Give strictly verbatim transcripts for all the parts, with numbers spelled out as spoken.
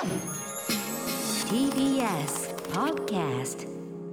ティービーエス Podcast。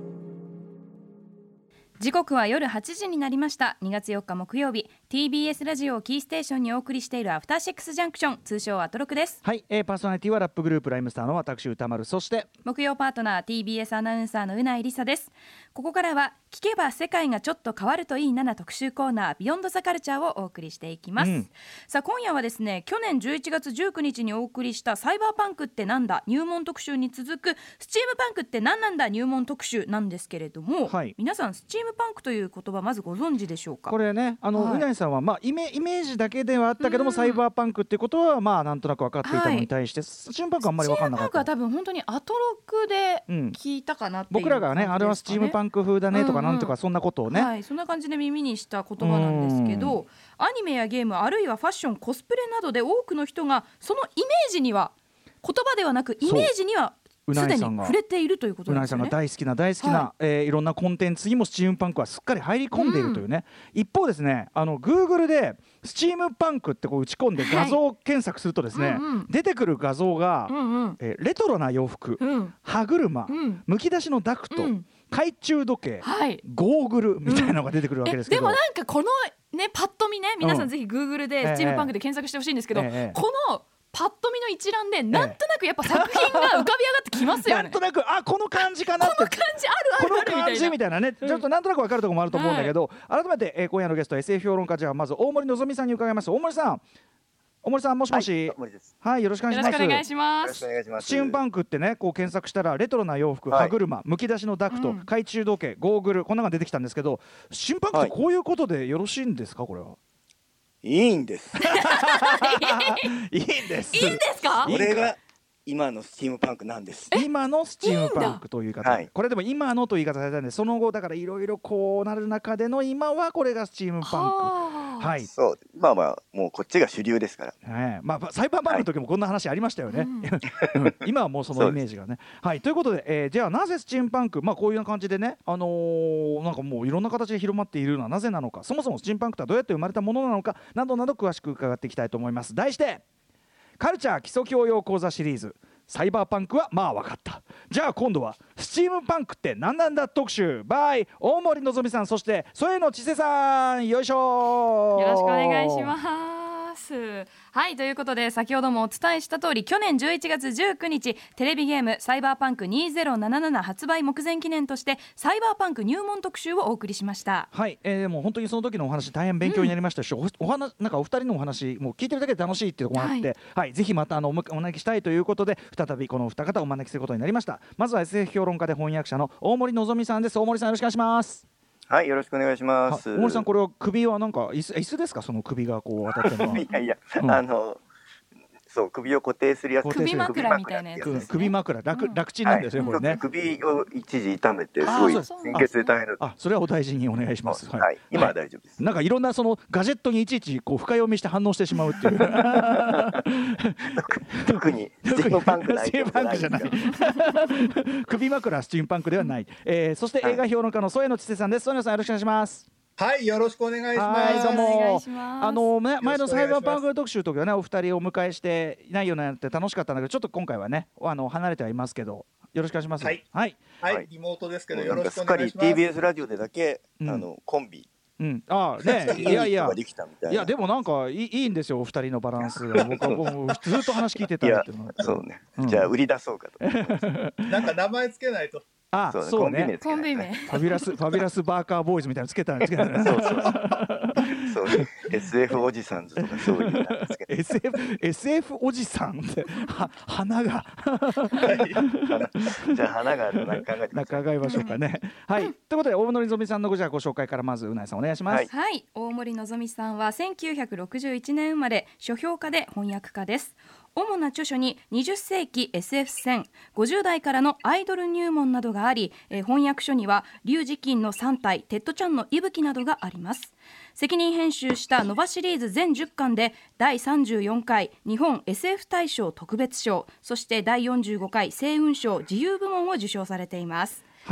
時刻は夜はちじになりました。にがつよっか木曜日、 ティービーエス ラジオをキーステーションにお送りしているアフターシックスジャンクション、通称アトロクです。 はい、えー、パーソナリティはラップグループライムスターの私歌丸、そして木曜パートナー ティービーエス アナウンサーのうないりさです。ここからは聞けば世界がちょっと変わるといいなな特集コーナー、ビヨンドザカルチャーをお送りしていきます、うん、さあ今夜はですね、去年じゅういちがつじゅうくにちにお送りしたサイバーパンクってなんだ入門特集に続くスチームパンクってなんなんだ入門特集なんですけれども、はい、皆さんスチームパンクという言葉まずご存知でしょうか。 これね、あの、はい、うないさんは、まあ、イメ、イメージだけではあったけども、サイバーパンクっていうことはまあなんとなく分かっていたのに対して、はい、スチームパンクはあんまり分かんなかった。 スチームパンクは多分本当にアトロクで聞いたかなっていう、 うん、僕らがね、あれはスチームパンク風だねとかなんとか、そんなことをね、 はい、そんな感じで耳にした言葉なんですけど、アニメやゲームあるいはファッションコスプレなどで多くの人がそのイメージには、言葉ではなくイメージにはすでに触れているということなんですよね。 うないさんが大好きな大好きな、はい、えー、いろんなコンテンツにもスチームパンクはすっかり入り込んでいるというね、うん、一方ですね、あの Google でスチームパンクってこう打ち込んで画像検索するとですね、はい、うんうん、出てくる画像が、うんうん、えー、レトロな洋服、うん、歯車、うん、むき出しのダクト、うん、懐中時計、はい、ゴーグルみたいなのが出てくるわけですけど、 うん、でもなんかこのねパッと見ね、皆さんぜひ Google でスチームパンクで検索してほしいんですけど、ええええ、このパッと見の一覧でなんとなくやっぱ作品が浮かび上がってきますよね。 なんとなくあこの感じかなって、 この感じあるあるあるみたいな、 この感じみたいなね、ちょっとなんとなく分かるところもあると思うんだけど、はい、改めて、えー、今夜のゲスト エスエフ 評論家、じゃあまず大森のぞみさんに伺います。大森さん、大森さん、もしもし、 はい、です、 はい、よろしくお願いします。 よろしくお願いします。 よろしくお願いします。 スチームパンクってね、こう検索したらレトロな洋服、はい、歯車、むき出しのダクト、うん、懐中時計、ゴーグル、こんなのが出てきたんですけど、スチームパンクってこういうことでよろしいんですか、これは。 いいんですいいんですいいんですか。 これが今のスチームパンクなんです。 今のスチームパンクという言い方、はい、これでも今のという言い方されたんで、その後だからいろいろこうなる中での今はこれがスチームパンク、はい、 そう、まあまあもうこっちが主流ですから、 ね、まあ、サイバーパンクの時もこんな話ありましたよね、はい、今はもうそのイメージがね、はい、ということで、えー、じゃあなぜスチームパンク、まあ、こういう感じでね、あのー、なんかもういろんな形で広まっているのはなぜなのか、そもそもスチームパンクとはどうやって生まれたものなのかなどなど詳しく伺っていきたいと思います。題してカルチャー基礎教養講座シリーズ、サイバーパンクはまあ分かった、じゃあ今度はスチームパンクって何なんだ特集 by 大森のぞみさん、そして添野千世さん、よいしょー、 よろしくお願いします。はい、ということで先ほどもお伝えした通り、去年じゅういちがつじゅうくにちテレビゲームサイバーパンクにせんななじゅうなな発売目前記念としてサイバーパンク入門特集をお送りしました。 はい、えー、もう本当にその時のお話大変勉強になりましたし、うん、お, お話なんかお二人のお話もう聞いてるだけで楽しいっていうところがあって、はいはい、ぜひまたあのお招きしたいということで再びこの二方をお招きすることになりました。まずは エスエフ 評論家で翻訳者の大森のぞみさんです。大森さん、よろしくお願いします。 はい、よろしくお願いします。 大森さん、これは首はなんか椅子、椅子ですか、その首がこう当たってるのは。 いやいや、うん、あのそう首を固定するやつ、 首枕みたいなやつですね。 首枕、楽、うん、楽ちんなんですね、はい、これね。 首を一時痛めてすごい貧血で大変だった。 あ、それはお大事にお願いします。 はい、はい、今は大丈夫です。 なんかいろんなそのガジェットにいちいちこう深読みして反応してしまうっていう。 特にスチームパンクない。 スチームパンクじゃない。首枕スチームパンクではない。えー、そして映画評論家の添野千世さんです。添野さん、よろしくお願いします。 はい、よろしくお願いします。 はい、どうも。あの、ね、前のサイバーパンク特集の時はね、お二人をお迎えしていないようなやって楽しかったんだけど、ちょっと今回はね、あの離れてはいますけど、よろしくお願いします。 はい、 はい、 はい、リモートですけど、よろしくお願いします。 すっかり ティービーエス ラジオでだけ、うん、あのコンビ。 うん、ああね、いやいや、いやでもなんかいい、いいんですよ、お二人のバランスが。僕はもうずっと話聞いてたっていうのは。 そうね、うん、じゃあ売り出そうかと。 なんか名前つけないと。 あ、そうね、そうね、 コンビ名、 ファビュラスファビュラスバーカーボーイズみたいなのつけたらつけたら。 そうそうそうね、エスエフ おじさんずとかそういうのつけてエスエフ エスエフ おじさんっては花がじゃあ花があるのなんか考えてなんか考えましょうかね。はい、ということで大森のぞみさんのごじゃあご紹介からまずうないさんお願いします。 はい、はい、大森のぞみさんはせんきゅうひゃくろくじゅういちねん生まれ、書評家で翻訳家です。主な著書ににじゅっせいき エスエフ戦、ごじゅうだいからのアイドル入門などがあり、えー、翻訳書には龍磁金のさんたい、テッドちゃんの息吹などがあります。責任編集したノバシリーズ全じゅっかんでだいさんじゅうよんかい日本 エスエフ 大賞特別賞、そしてだいよんじゅうごかい星雲賞自由部門を受賞されています。 はい、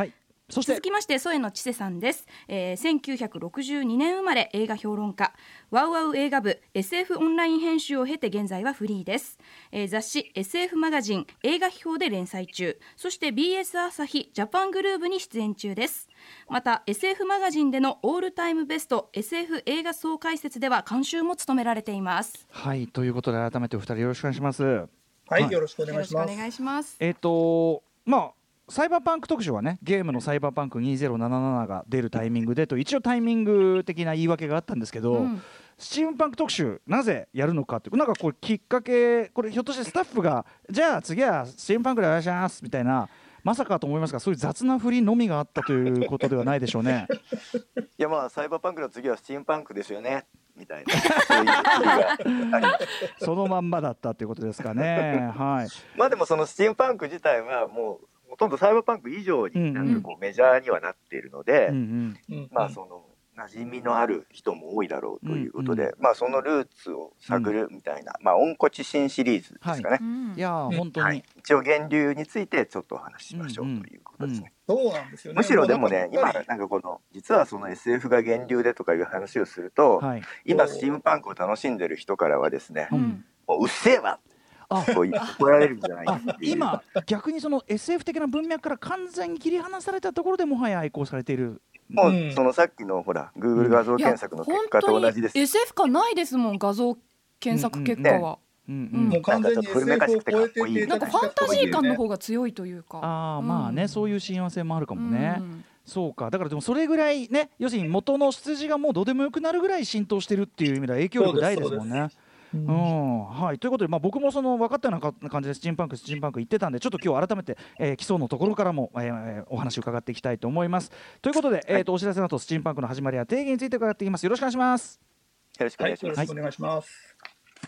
そして続きまして添野千世さんです、えー、せんきゅうひゃくろくじゅうにねん生まれ、映画評論家、ワウワウ映画部 エスエフ オンライン編集を経て現在はフリーです、えー、雑誌 エスエフ マガジン映画批評で連載中、そして ビーエス 朝日ジャパングルーブに出演中です。また エスエフ マガジンでのオールタイムベスト エスエフ 映画総解説では監修も務められています。 はい、ということで改めてお二人よろしくお願いします。 はい、 はい、 よろしくお願いします。 よろしくお願いします。 えっ、ー、とまあサイバーパンク特集はね、ゲームのサイバーパンクにせんななじゅうななが出るタイミングでと一応タイミング的な言い訳があったんですけど、うん、スチームパンク特集なぜやるのかって、なんかこれきっかけ、これひょっとしてスタッフがじゃあ次はスチームパンクでお願いしますみたいな、まさかと思いますが、そういう雑な振りのみがあったということではないでしょうね。 いやまあサイバーパンクの次はスチームパンクですよねみたいなそういうそのまんまだったということですかね。はい、 まあでもそのスチームパンク自体はもうほとんどサイバーパンク以上になんかこうメジャーにはなっているので、うんうん、まあその馴染みのある人も多いだろうということで、うんうん、まあそのルーツを探るみたいな、うん、まあ温故知新シリーズですかね。 はい、いや本当に、はい、 一応源流についてちょっとお話ししましょうということですね。 うんうん、そうなんですよね。 むしろでもね、今なんかこの実はその エスエフ が源流でとかいう話をすると、はい、今スチームパンクを楽しんでる人からはですね、うん、もううっせえわあそう怒られるんじゃないかっていう。 今逆にその エスエフ 的な文脈から完全に切り離されたところでもはや愛好されている。 もうそのさっきのほら Google 画像検索の結果と同じです。 エスエフ 感ないですもん、画像検索結果は。 もう完全に エスエフ を超えてて、 なんかファンタジー感の方が強いというか。 ああまあね、そういう親和性もあるかもね。うん、そうか、だからでもそれぐらいね、要するに元の出自がもうどうでもよくなるぐらい浸透してるっていう意味では影響力大ですもんね。うん、はい、ということで、まあ、僕もその分かったような感じでスチームパンクスチームパンク言ってたんで、ちょっと今日改めて、えー、基礎のところからも、えー、お話を伺っていきたいと思います。ということで、はい、えー、とお知らせの後スチームパンクの始まりや定義について伺っていきます。よろしくお願いします。 よろしくお願いします。 はい、よろしくお願いします。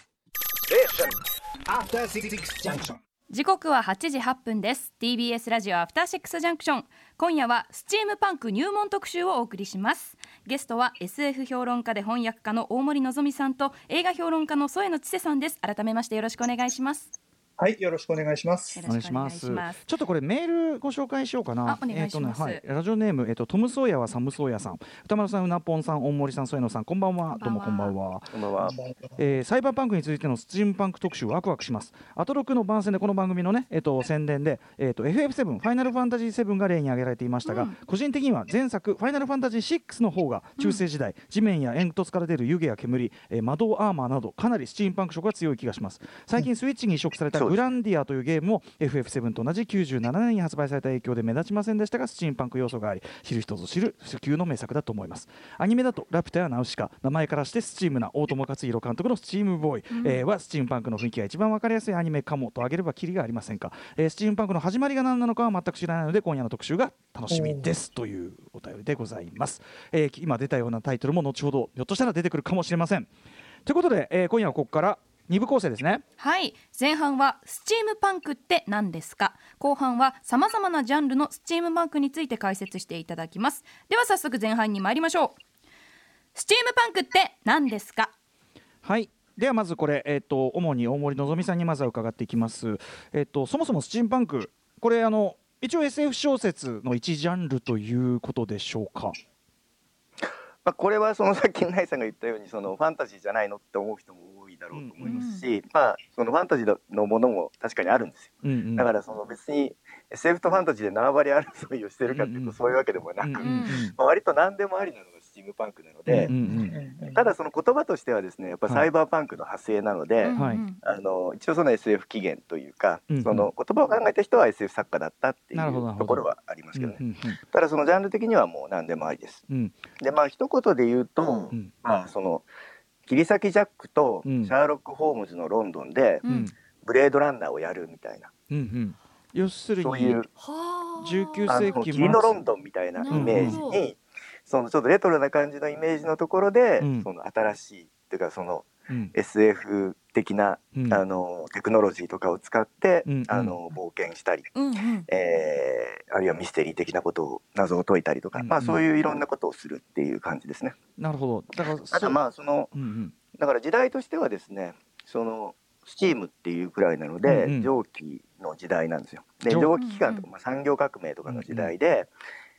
時刻ははちじはっぷんです。 ティービーエス ラジオアフターシックスジャンクション、今夜はスチームパンク入門特集をお送りします。ゲストは エスエフ 評論家で翻訳家の大森のぞみさんと映画評論家の添野千世さんです。改めましてよろしくお願いします。 はい、よろしくお願いします。 お願いします。ちょっとこれメールご紹介しようかな。 お願いします。 えーとね、はい、ラジオネーム、えーと、トムソーヤはサムソーヤさん、歌丸さん、うなぽんさん、大森さん、添野さん、こんばんは。どうもこんばんは。 こんばんは。 えー、サイバーパンクについてのスチームパンク特集ワクワクします。アトロクの番宣でこの番組のね、えーと、宣伝で、えーと、エフエフセブン ファイナルファンタジーセブンが例に挙げられていましたが、うん、個人的には前作ファイナルファンタジーシックスの方が中世時代、うん、地面や煙突から出る湯気や煙、えー、魔導アーマーなどかなりスチームパンク色が強い気がします。最近スイッチに移植されたグランディアというゲームも エフエフセブン と同じきゅうじゅうななねんに発売された影響で目立ちませんでしたが、スチームパンク要素があり知る人ぞ知る不朽の名作だと思います。アニメだとラピュタやナウシカ、名前からしてスチームな大友克洋監督のスチームボーイ、うん、えー、はスチームパンクの雰囲気が一番分かりやすいアニメかもと挙げればキリがありませんか。えー、スチームパンクの始まりが何なのかは全く知らないので今夜の特集が楽しみですというお便りでございます。えー、今出たようなタイトルも後ほどひょっとしたら出てくるかもしれません。ということで、えー、今夜はここからに部構成ですね。 はい、前半はスチームパンクって何ですか、後半はさまざまなジャンルのスチームパンクについて解説していただきます。では早速前半に参りましょう。スチームパンクって何ですか。 はい、ではまずこれ、えー、と主に大森のぞみさんにまずは伺っていきます。えー、とそもそもスチームパンク、これあの一応 エスエフ 小説の一ジャンルということでしょうか。 まあ、これはそのさっきナイさんが言ったようにそのファンタジーじゃないのって思う人も多いだろうと思いますし、うんうん、まあそのファンタジーのものも確かにあるんですよ、うんうん、だからその別に エスエフ とファンタジーで縄張り争いをしてるかっていうとそういうわけでもなく、うんうん、まあ、割と何でもありなのがスチームパンクなので、うんうん、ただその言葉としてはですねやっぱサイバーパンクの派生なので、はい、あの一応その エスエフ 起源というか、うんうん、その言葉を考えた人は エスエフ 作家だったっていうところはありますけどね、うんうんうん、ただそのジャンル的にはもう何でもありです、うん、でまあ一言で言うと、うん、まあその切り裂きジャックとシャーロック・ホームズのロンドンで、うん、ブレードランナーをやるみたいな、うんうん、 要するにそういうじゅうきゅう世紀霧のロンドンみたいなイメージに、そのちょっとレトロな感じのイメージのところで、うん、その新しいっていうかその、うん、エスエフ 的な、うん、あのテクノロジーとかを使って、うん、あの冒険したり、うんうん、えー、あるいはミステリー的なことを謎を解いたりとか、うんうん、まあ、そういういろんなことをするっていう感じですね。 なるほど。だからあとまあその、うんうん、だから時代としてはですね、そのスチームっていうくらいなので、うんうん、蒸気の時代なんですよ。で蒸気機関とか、まあ、産業革命とかの時代で、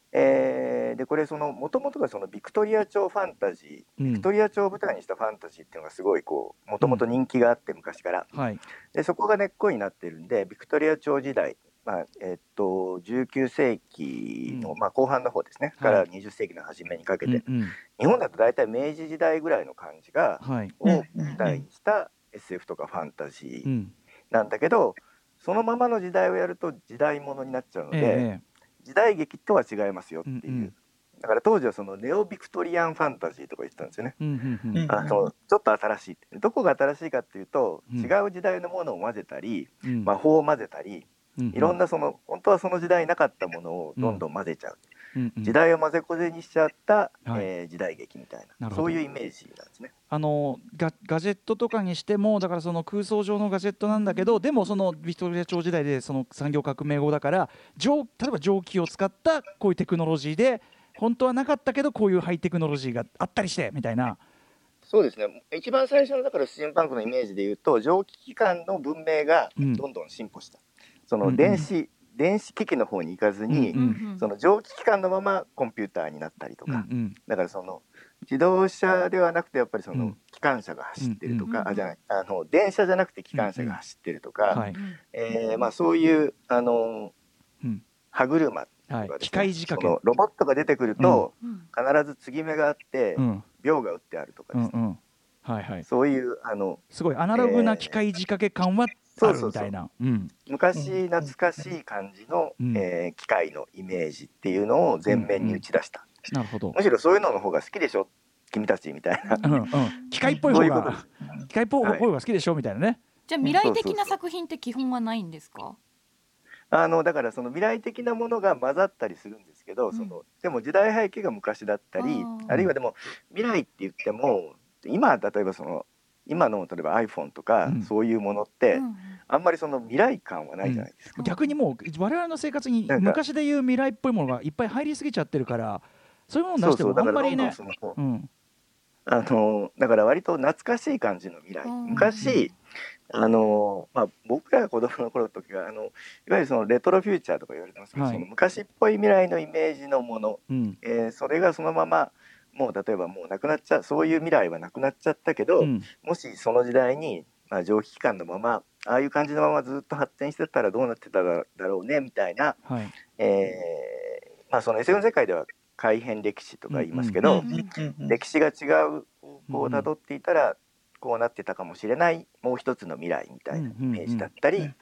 えー、でこれそのもともとがそのビクトリア朝ファンタジー、うん、ビクトリア朝を舞台にしたファンタジーっていうのがすごいこうもともと人気があって昔から、 うんはい、 でそこが根っこになってるんでビクトリア朝時代、まあえー、っとじゅうきゅうせいきの、うんまあ、後半の方ですね、はい、からにじゅっせいきの初めにかけて、うんうん、日本だと大体明治時代ぐらいの感じが、はい、を舞台にした エスエフ とかファンタジーなんだけど、そのままの時代をやると時代物になっちゃうので、えー時代劇とは違いますよっていう、うんうん、だから当時はそのネオビクトリアンファンタジーとか言ってたんですよね、うんうんうん、あのちょっと新しいってどこが新しいかっていうと、うん、違う時代のものを混ぜたり、うん、魔法を混ぜたり、うんうん、いろんなその本当はその時代なかったものをどんどん混ぜちゃう、うんうん、時代を混ぜこぜにしちゃった、はいえー、時代劇みたい な, なそういうイメージなんですね。 あの ガ, ガジェットとかにしてもだからその空想上のガジェットなんだけどでもそのビクトリア朝時代でその産業革命後だから蒸例えば蒸気を使ったこういうテクノロジーで本当はなかったけどこういうハイテクノロジーがあったりしてみたいな。 そうですね一番最初のだからスチームパンクのイメージでいうと蒸気機関の文明がどんどん進歩した、うん、その電子、うんうん電子機器の方に行かずに、うんうん、その蒸気機関のままコンピューターになったりとか、うんうん、だからその自動車ではなくてやっぱりその機関車が走ってるとか、うんうん、あじゃないあの電車じゃなくて機関車が走ってるとか、うんうんえーまあ、そういうあの、うん、歯車とか、ねはい、 機械仕掛けそのロボットが出てくると、うん、必ず継ぎ目があって、うん、秒が打ってあるとかですね、うんうんはいはい、そういうあのすごいアナログな機械仕掛け感はあるみたいな、 そうそうそう、うん、昔懐かしい感じの、うんえー、機械のイメージっていうのを前面に打ち出した、 うんうん、なるほどむしろそういうのの方が好きでしょ君たちみたいな、うんうん、 機械っぽい方が機械っぽい方が好きでしょみたいなね、 じゃあ未来的な作品って基本はないんですか？ あのだからその未来的なものが混ざったりするんですけど、うん、そのでも時代背景が昔だったり あ, あるいはでも未来って言っても今例えばその今の例えば iPhone とか、うん、そういうものって、うん、あんまりその未来感はないじゃないですか、 うん、逆にもう我々の生活に昔でいう未来っぽいものがいっぱい入りすぎちゃってるからそういうものを出してもあんまりねあのだから割と懐かしい感じの未来、うん、昔あの、まあ、僕らが子供の頃の時はあのいわゆるそのレトロフューチャーとか言われてますけど、はい、その昔っぽい未来のイメージのもの、うんえー、それがそのままもう例えばもうなくなっちゃうそういう未来はなくなっちゃったけど、うん、もしその時代に、まあ、蒸気機関のままああいう感じのままずっと発展してたらどうなってただろうねみたいな、はいえーまあ、その エスエフ の世界では改変歴史とか言いますけど、うんうん、歴史が違う方向をたどっていたらこうなってたかもしれないもう一つの未来みたいなイメージだったり、うんうん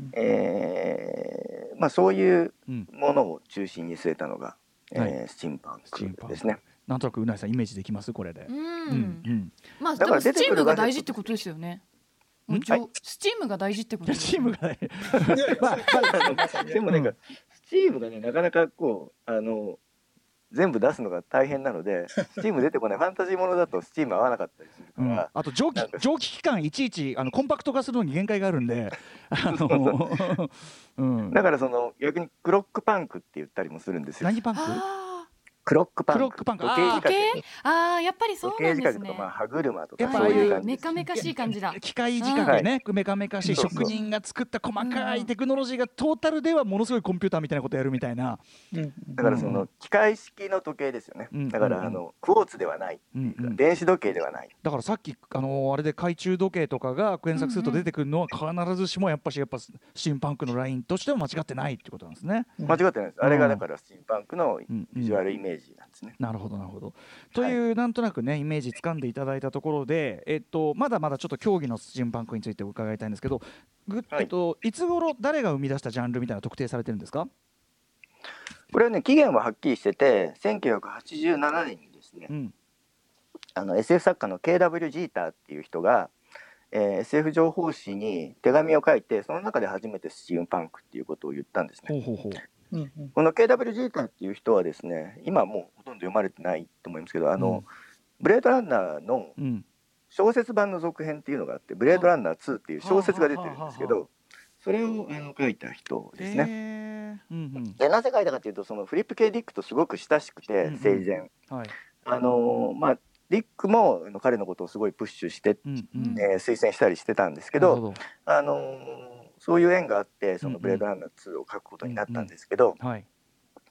えーまあ、そういうものを中心に据えたのが、うんえー、スチームパンクですね。 なんとなくうないさんイメージできますこれで。うん、うんうん、まあでもスチームが大事ってことですよね。もうはい、スチームが大事ってことですよね。スチームが大事。 まあまあ、でもなんか、うん、スチームがねなかなかこうあの全部出すのが大変なのでスチーム出てこないファンタジーものだとスチーム合わなかったりするから、うん、 あと蒸気蒸気機関いちいちあのコンパクト化するのに限界があるんであのうん、だからその逆にクロックパンクって言ったりもするんですよ。 何パンク？ クロックパンク、 クロックパンク、 時計仕掛け、ああやっぱりそうなんですね。時計仕掛けとか、まあ、歯車とかそういう感じ、メカメカしい感じだ。 機械仕掛けね、メカメカしい職人が作った細かいテクノロジーがトータルではものすごいコンピューターみたいなことやるみたいな。 だからその機械式の時計ですよね。だからあのクォーツではない、電子時計ではない。 だからさっきあのあれで懐中時計とかが検索すると出てくるのは必ずしもやっぱしやっぱスチームパンクのラインとしては間違ってないってことなんですね。 間違ってないです。あれがだからスチームパンクのビジュアルイメージなんですね。 なるほどなるほど。という、はい、なんとなくねイメージ掴んでいただいたところで、えっと、まだまだちょっと競技のスチームパンクについて伺いたいんですけど、ぐ、はいえっと、いつ頃誰が生み出したジャンルみたいな特定されてるんですか？ これはね期限ははっきりしててせんきゅうひゃくはちじゅうななねんにですね、うん、あの エスエフ 作家の ケーダブリュー ジーターっていう人が、えー、エスエフ 情報誌に手紙を書いてその中で初めてスチームパンクっていうことを言ったんですね。ほうほうほう。この ケーダブリュー ジーターっていう人はですね今もうほとんど読まれてないと思いますけどあの、うん、ブレードランナーの小説版の続編っていうのがあってブレードランナーツーっていう小説が出てるんですけどそれをあの書いた人ですね、えーうんうん、でなぜ書いたかというとそのフリップ系ディックとすごく親しくて生前、うんうんはい、あのまあディックも彼のことをすごいプッシュして、うんうんえー、推薦したりしてたんですけど、どあのそういう縁があってそのブレードランナーツーを書くことになったんですけど、うんうんはい、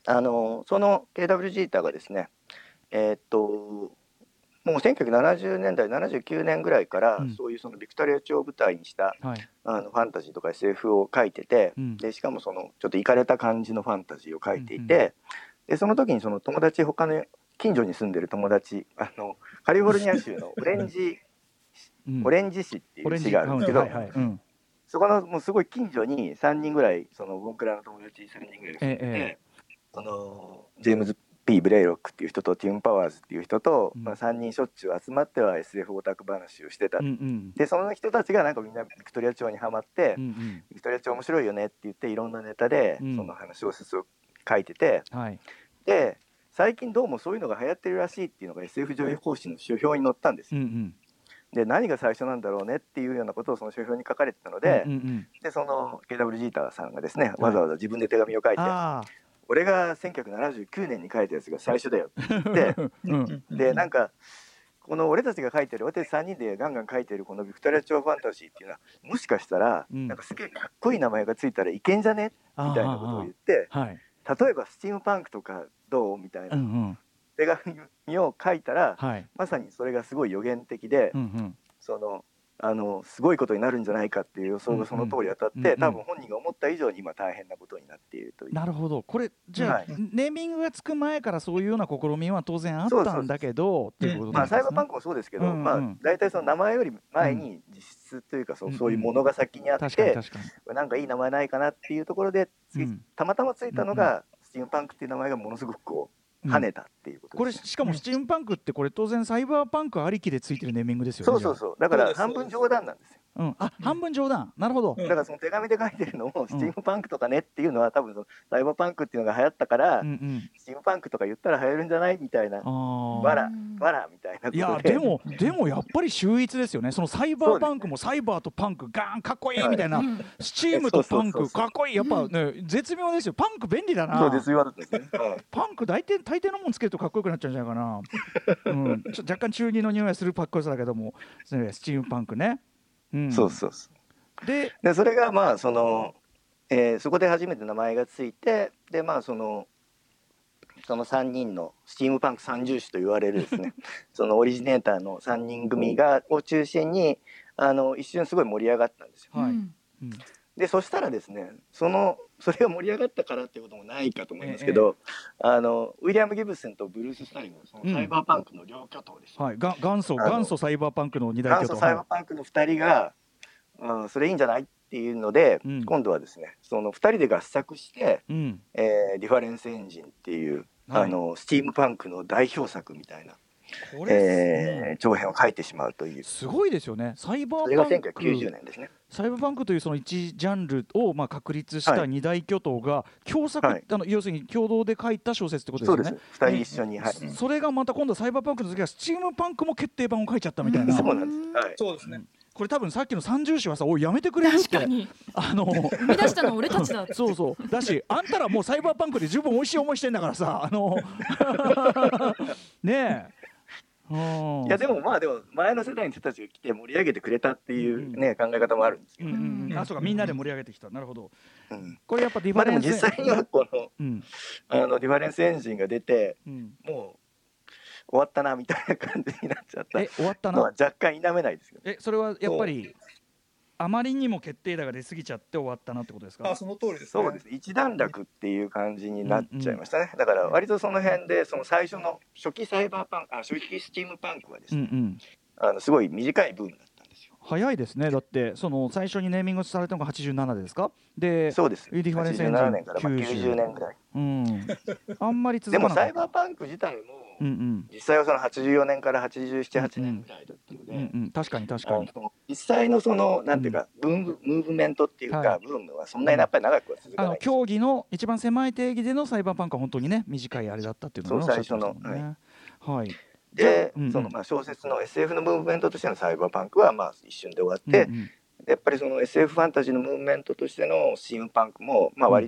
あのその ケーダブリュー ジータがですね、えー、っともうせんきゅうひゃくななじゅうねんだいななじゅうきゅうねんぐらいから、うん、そういうそのビクトリア朝を舞台にした、はい、あのファンタジーとか エスエフ を書いてて、うん、でしかもそのちょっとイカれた感じのファンタジーを書いていて、うんうん、でその時にその友達他の近所に住んでる友達あのカリフォルニア州のオレンジ、うん、オレンジ市っていう市があるんですけど、はいはいうん、そこのもうすごい近所にさんにんぐらいその僕らの友達さんにんぐらい住んでて、ええ、そのジェームズP ブレイロックっていう人とティム・パワーズっていう人と、うんまあ、さんにんしょっちゅう集まっては エスエフ オタク話をしてた、うんうん、でその人たちがなんかみんなビクトリア朝にハマって、うんうん、ビクトリア朝面白いよねって言っていろんなネタでその話小説を書いてて、うんはい、で最近どうもそういうのが流行ってるらしいっていうのが エスエフ 上位講師の書評に載ったんですよ、うんうん、で何が最初なんだろうねっていうようなことをその書評に書かれてたので、うんうんうん、でその ケーダブリュー ジータさんがですね、はい、わざわざ自分で手紙を書いて俺がせんきゅうひゃくななじゅうきゅうねんに書いたやつが最初だよって言ってうん、でなんかこの俺たちが書いてる俺たちさんにんでガンガン書いてるこのビクトリア朝ファンタジーっていうのはもしかしたら、うん、なんかすげえかっこいい名前がついたらいけんじゃねみたいなことを言って、はい、例えばスチームパンクとかどうみたいな手紙を書いたら、はい、まさにそれがすごい予言的で、うんうん、そのあのすごいことになるんじゃないかっていう予想がその通り当たって、うんうん、多分本人が思った以上に今大変なことになっているという。 なるほど。これじゃあ、はい、ネーミングがつく前からそういうような試みは当然あったんだけどっていうことなんですね。 まあサイバーパンクもそうですけど、うんうん、まあ大体その名前より前に実質というかそう、うん、そういうものが先にあって、うんうん、確かに確かになんかいい名前ないかなっていうところで、うん、たまたまついたのが、うんうん、スチームパンクっていう名前がものすごくこう跳ねたっていうことです、ね、 これしかもスチームパンクってこれ当然サイバーパンクありきでついてるネーミングですよね。 そうそうそう。だから半分冗談なんですよ。 うん、あ、うん、半分冗談。なるほど。 だからその手紙で書いてるのもスチームパンクとかねっていうのは多分そのサイバーパンクっていうのが流行ったから、うんうん、スチームパンクとか言ったら流行るんじゃないみたいな、わらわらみたいなことで。 いやでもでもやっぱり秀逸ですよね。そのサイバーパンクもサイバーとパンクガーンかっこいいみたいな、はい、スチームとパンクかっこいいやっぱね絶妙ですよ。パンク便利だな。 そう絶妙だったですね。はい、 パンク大抵大抵のもんつけるとかっこよくなっちゃうんじゃないかな。うん、ちょ若干中二の匂いはするかっこよさだけども、スチームパンクね。うん、 そうそうそう。で, でそれがまあその、えー、そこで初めて名前がついてでまあそのそのさんにんのスチームパンク三重士と言われるですねそのオリジネーターのさんにん組がを中心にあの一瞬すごい盛り上がったんですよ、はいうん、でそしたらですねそのそれが盛り上がったからっていうこともないかと思いますけど、ええ、あのウィリアム・ギブスンとブルース・スタインのそのサイバーパンクの両巨頭です、ねうんはい、が元祖元祖サイバーパンクの二大巨頭元祖サイバーパンクのふたりがうん、それいいんじゃないっていうので、うん、今度はですねそのふたりで合作して、うんえー、リファレンスエンジンっていう、はい、あのスチームパンクの代表作みたいなこれ、えー、長編を書いてしまうというすごいですよね。サイバーパンクそれがせんきゅうひゃくきゅうじゅうねんですね。 サイバーパンクというその一ジャンルをまあ確立した二大巨頭が共作、はい、あの要するに共同で書いた小説ってことですよね。 そうですふたり一緒に、はい、 それがまた今度サイバーパンクの時はスチームパンクも決定版を書いちゃったみたいな、 うん、そうなんです、はい、 そうですね、 うんこれ多分さっきの三重視はさおいやめてくれるってあの生み出したのは俺たちだそうそうだしあんたらもうサイバーパンクで十分美味しい思いしてんだからさあのねえいやでもまあでも前の世代の人たちが来て盛り上げてくれたっていうね、うん、考え方もあるんですけど、ねうんうん、あそうかみんなで盛り上げてきたなるほど、うん、これやっぱディファレンス、 まあ、でも実際にはこの、うん、あのディファレンスエンジンが出て、うん、もう終わったなみたいな感じになっちゃったえ終わったな若干否めないですけどえそれはやっぱりあまりにも決定打が出過ぎちゃって終わったなってことですか。 あその通りですね。 そうです一段落っていう感じになっちゃいましたね、うんうん、だから割とその辺でその最初の初期サイバーパンクあ初期スチームパンクはですね、うんうん、あのすごい短いブームだったんですよ。 早いですね。だってその最初にネーミングされたのがはちじゅうななですか。でそうですリファレンスエンジンはちじゅうななねんからまあきゅうじゅうねんぐらい、うん、 あんまり続かなかった。 でもサイバーパンク自体もうんうん、実際はそのはちじゅうよねんからはちじゅうなな、はちねんぐらいだったので、うんうん、 確かに確かに実際のそのなんていうか、うん、ムーブメントっていうか、はい、ブームはそんなにやっぱり長くは続かない、うん、あの競技の一番狭い定義でのサイバーパンクは本当にね短いあれだったっていうのが、 ね、そう最初の、 ねはいはい、 で、うんうん、そのまあ小説の エスエフ のムーブメントとしてのサイバーパンクはまあ一瞬で終わって、うんうん、やっぱりその エスエフ ファンタジーのムーブメントとしてのスチームパンクもまあ割と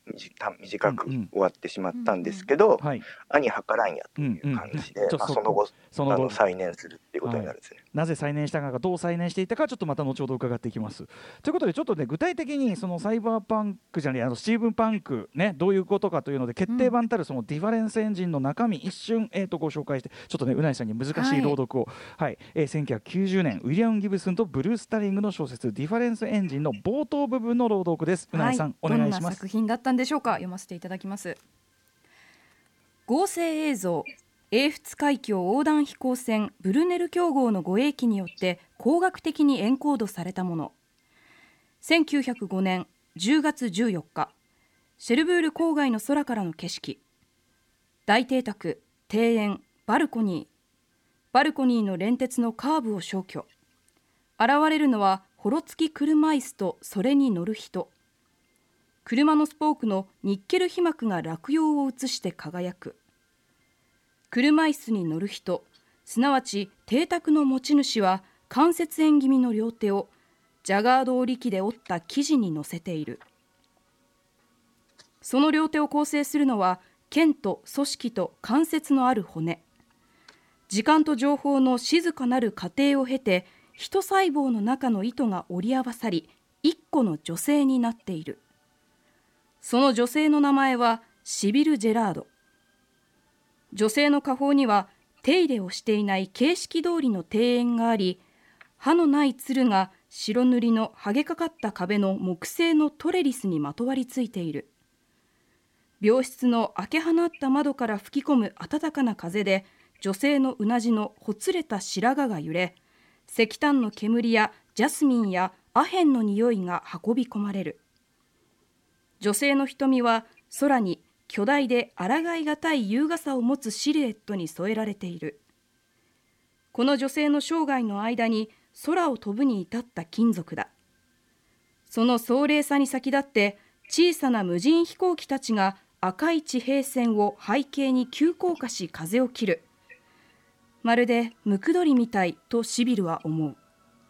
短く終わってしまったんですけど、うんうんはい、兄はからんやという感じで、うんうんまあ、その後その後あの再燃するっていうことになるんですね、はい、 なぜ再燃したのかどう再燃していたかちょっとまた後ほど伺っていきます。ということでちょっとね具体的にそのサイバーパンクじゃないあのスチームパンクねどういうことかというので決定版たるそのディファレンスエンジンの中身一瞬、えー、とご紹介してちょっとねうないさんに難しい朗読を、はいはいえー、せんきゅうひゃくきゅうじゅうねんウィリアム・ギブスンとブルース・タリングの小説ディファレンスエンジンの冒頭部分の朗読です。うないさん、はい、お願いします。 どんな作品だったんでしょうか。読ませていただきます。合成映像英仏海峡横断飛行船ブルネル卿号の護衛機によって工学的にエンコードされたもの。せんきゅうひゃくごねんじゅうがつじゅうよっかシェルブール郊外の空からの景色。大邸宅、庭園、バルコニーバルコニーの連鉄のカーブを消去。現れるのはほろつき車椅子とそれに乗る人。車のスポークのニッケル皮膜が落葉を映して輝く。車椅子に乗る人、すなわち邸宅の持ち主は関節円気味の両手をジャガード織り機で折った生地に乗せている。その両手を構成するのは腱と組織と関節のある骨。時間と情報の静かなる過程を経て一細胞の中の糸が織り合わさり一個の女性になっている。その女性の名前はシビル・ジェラード。女性の下方には手入れをしていない形式通りの庭園があり、歯のない鶴が白塗りの剥げかかった壁の木製のトレリスにまとわりついている。病室の開け放った窓から吹き込む暖かな風で女性のうなじのほつれた白髪が揺れ、石炭の煙やジャスミンやアヘンの匂いが運び込まれる。女性の瞳は空に巨大で抗いがたい優雅さを持つシルエットに添えられている。この女性の生涯の間に空を飛ぶに至った金属だ。その壮麗さに先立って小さな無人飛行機たちが赤い地平線を背景に急降下し風を切る。まるでムクドリみたいとシビルは思う。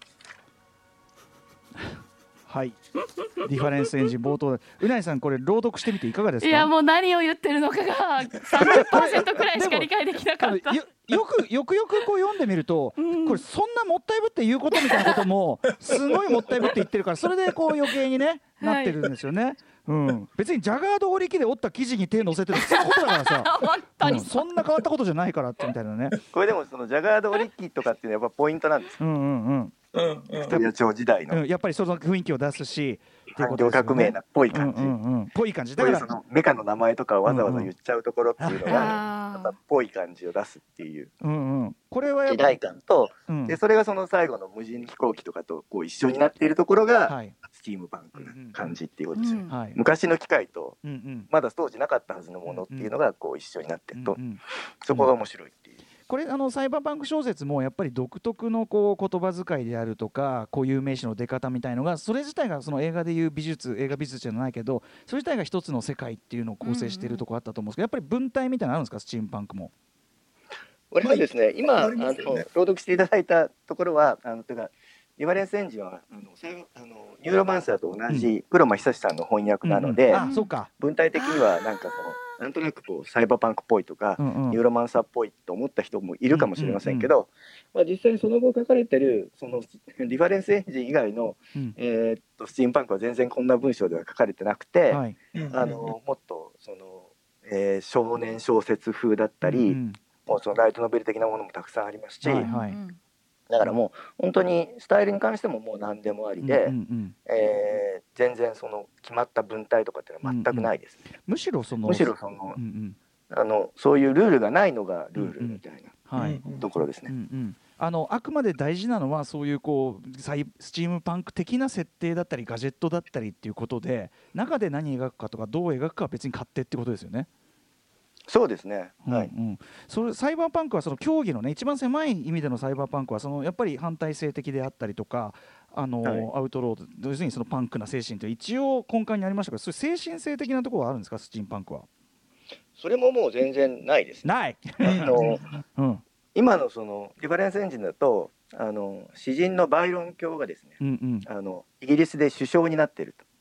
はいディファレンスエンジン冒頭でうないさんこれ朗読してみていかがですか。 いやもう何を言ってるのかが さんじゅっパーセント くらいしか理解できなかったよ, よくよくよくこう読んでみると、うん、これそんなもったいぶって言うことみたいなこともすごいもったいぶって言ってるからそれでこう余計にねなってるんですよね、はいうん、別にジャガード織り機で折った生地に手乗せてるってことだからさ本当に、 うん、そんな変わったことじゃないからってみたいなねこれでもそのジャガード織り機とかっていうのはやっぱポイントなんですよ。うんうんうんビクトリア朝時代の、 うん、やっぱりその雰囲気を出すし産業革命なっぽい感じ、 うんうんうん、ぽい感じだからそのメカの名前とかをわざわざ言っちゃうところっていうのが、またっぽい感じを出すっていう、うんうん、これはやっぱ時代感と、うん、でそれがその最後の無人飛行機とかとこう一緒になっているところが、はい、スチームパンクな感じっていうことですよ、うんうん、昔の機械と、うんうん、まだ当時なかったはずのものっていうのがこう一緒になってると、うんうん、そこが面白いっていう。 これあのサイバーパンク小説もやっぱり独特のこう言葉遣いであるとか固有名詞の出方みたいのがそれ自体がその映画でいう美術映画美術じゃないけどそれ自体が一つの世界っていうのを構成しているところあったと思うんですけど、やっぱり文体みたいなのあるんですかスチームパンクも。 これはですね、今あの朗読していただいたところはあのというかディファレンスエンジンはあのあのニューロマンサーと同じ黒間久志さんの翻訳なので、うんうん、あそうか文体的にはなんかそのなんとなくこうサイバーパンクっぽいとか、うんうん、ニューロマンサーっぽいと思った人もいるかもしれませんけど、うんうんうんまあ、実際にその後書かれてるそのディファレンスエンジン以外の、うんえー、っとスチームパンクは全然こんな文章では書かれてなくて、はい、あのもっとその、えー、少年小説風だったり、うんうん、もうそのライトノベル的なものもたくさんありますし、はいはいだからもう本当にスタイルに関してももう何でもありで、うんうんうんえー、全然その決まった文体とかっていうのは全くないですね、うんうん、 むしろそのむしろその、うんうん、あのそういうルールがないのがルールみたいな、うんうん、ところですね、うんうん、 あのあくまで大事なのはそういうこうスチームパンク的な設定だったりガジェットだったりっていうことで中で何描くかとかどう描くかは別に勝手ってことですよね。 そうですね、はいうんうん、それサイバーパンクはその競技のね一番狭い意味でのサイバーパンクはそのやっぱり反体制的であったりとかあの、はい、アウトロード要するにそのパンクな精神という一応根幹にありましたけどそれ精神性的なところはあるんですかスチームパンクは。 それももう全然ないですね。 ないあの、うん、今のそのディファレンスエンジンだとあの詩人のバイロン卿がですね、うんうん、あのイギリスで首相になっていると。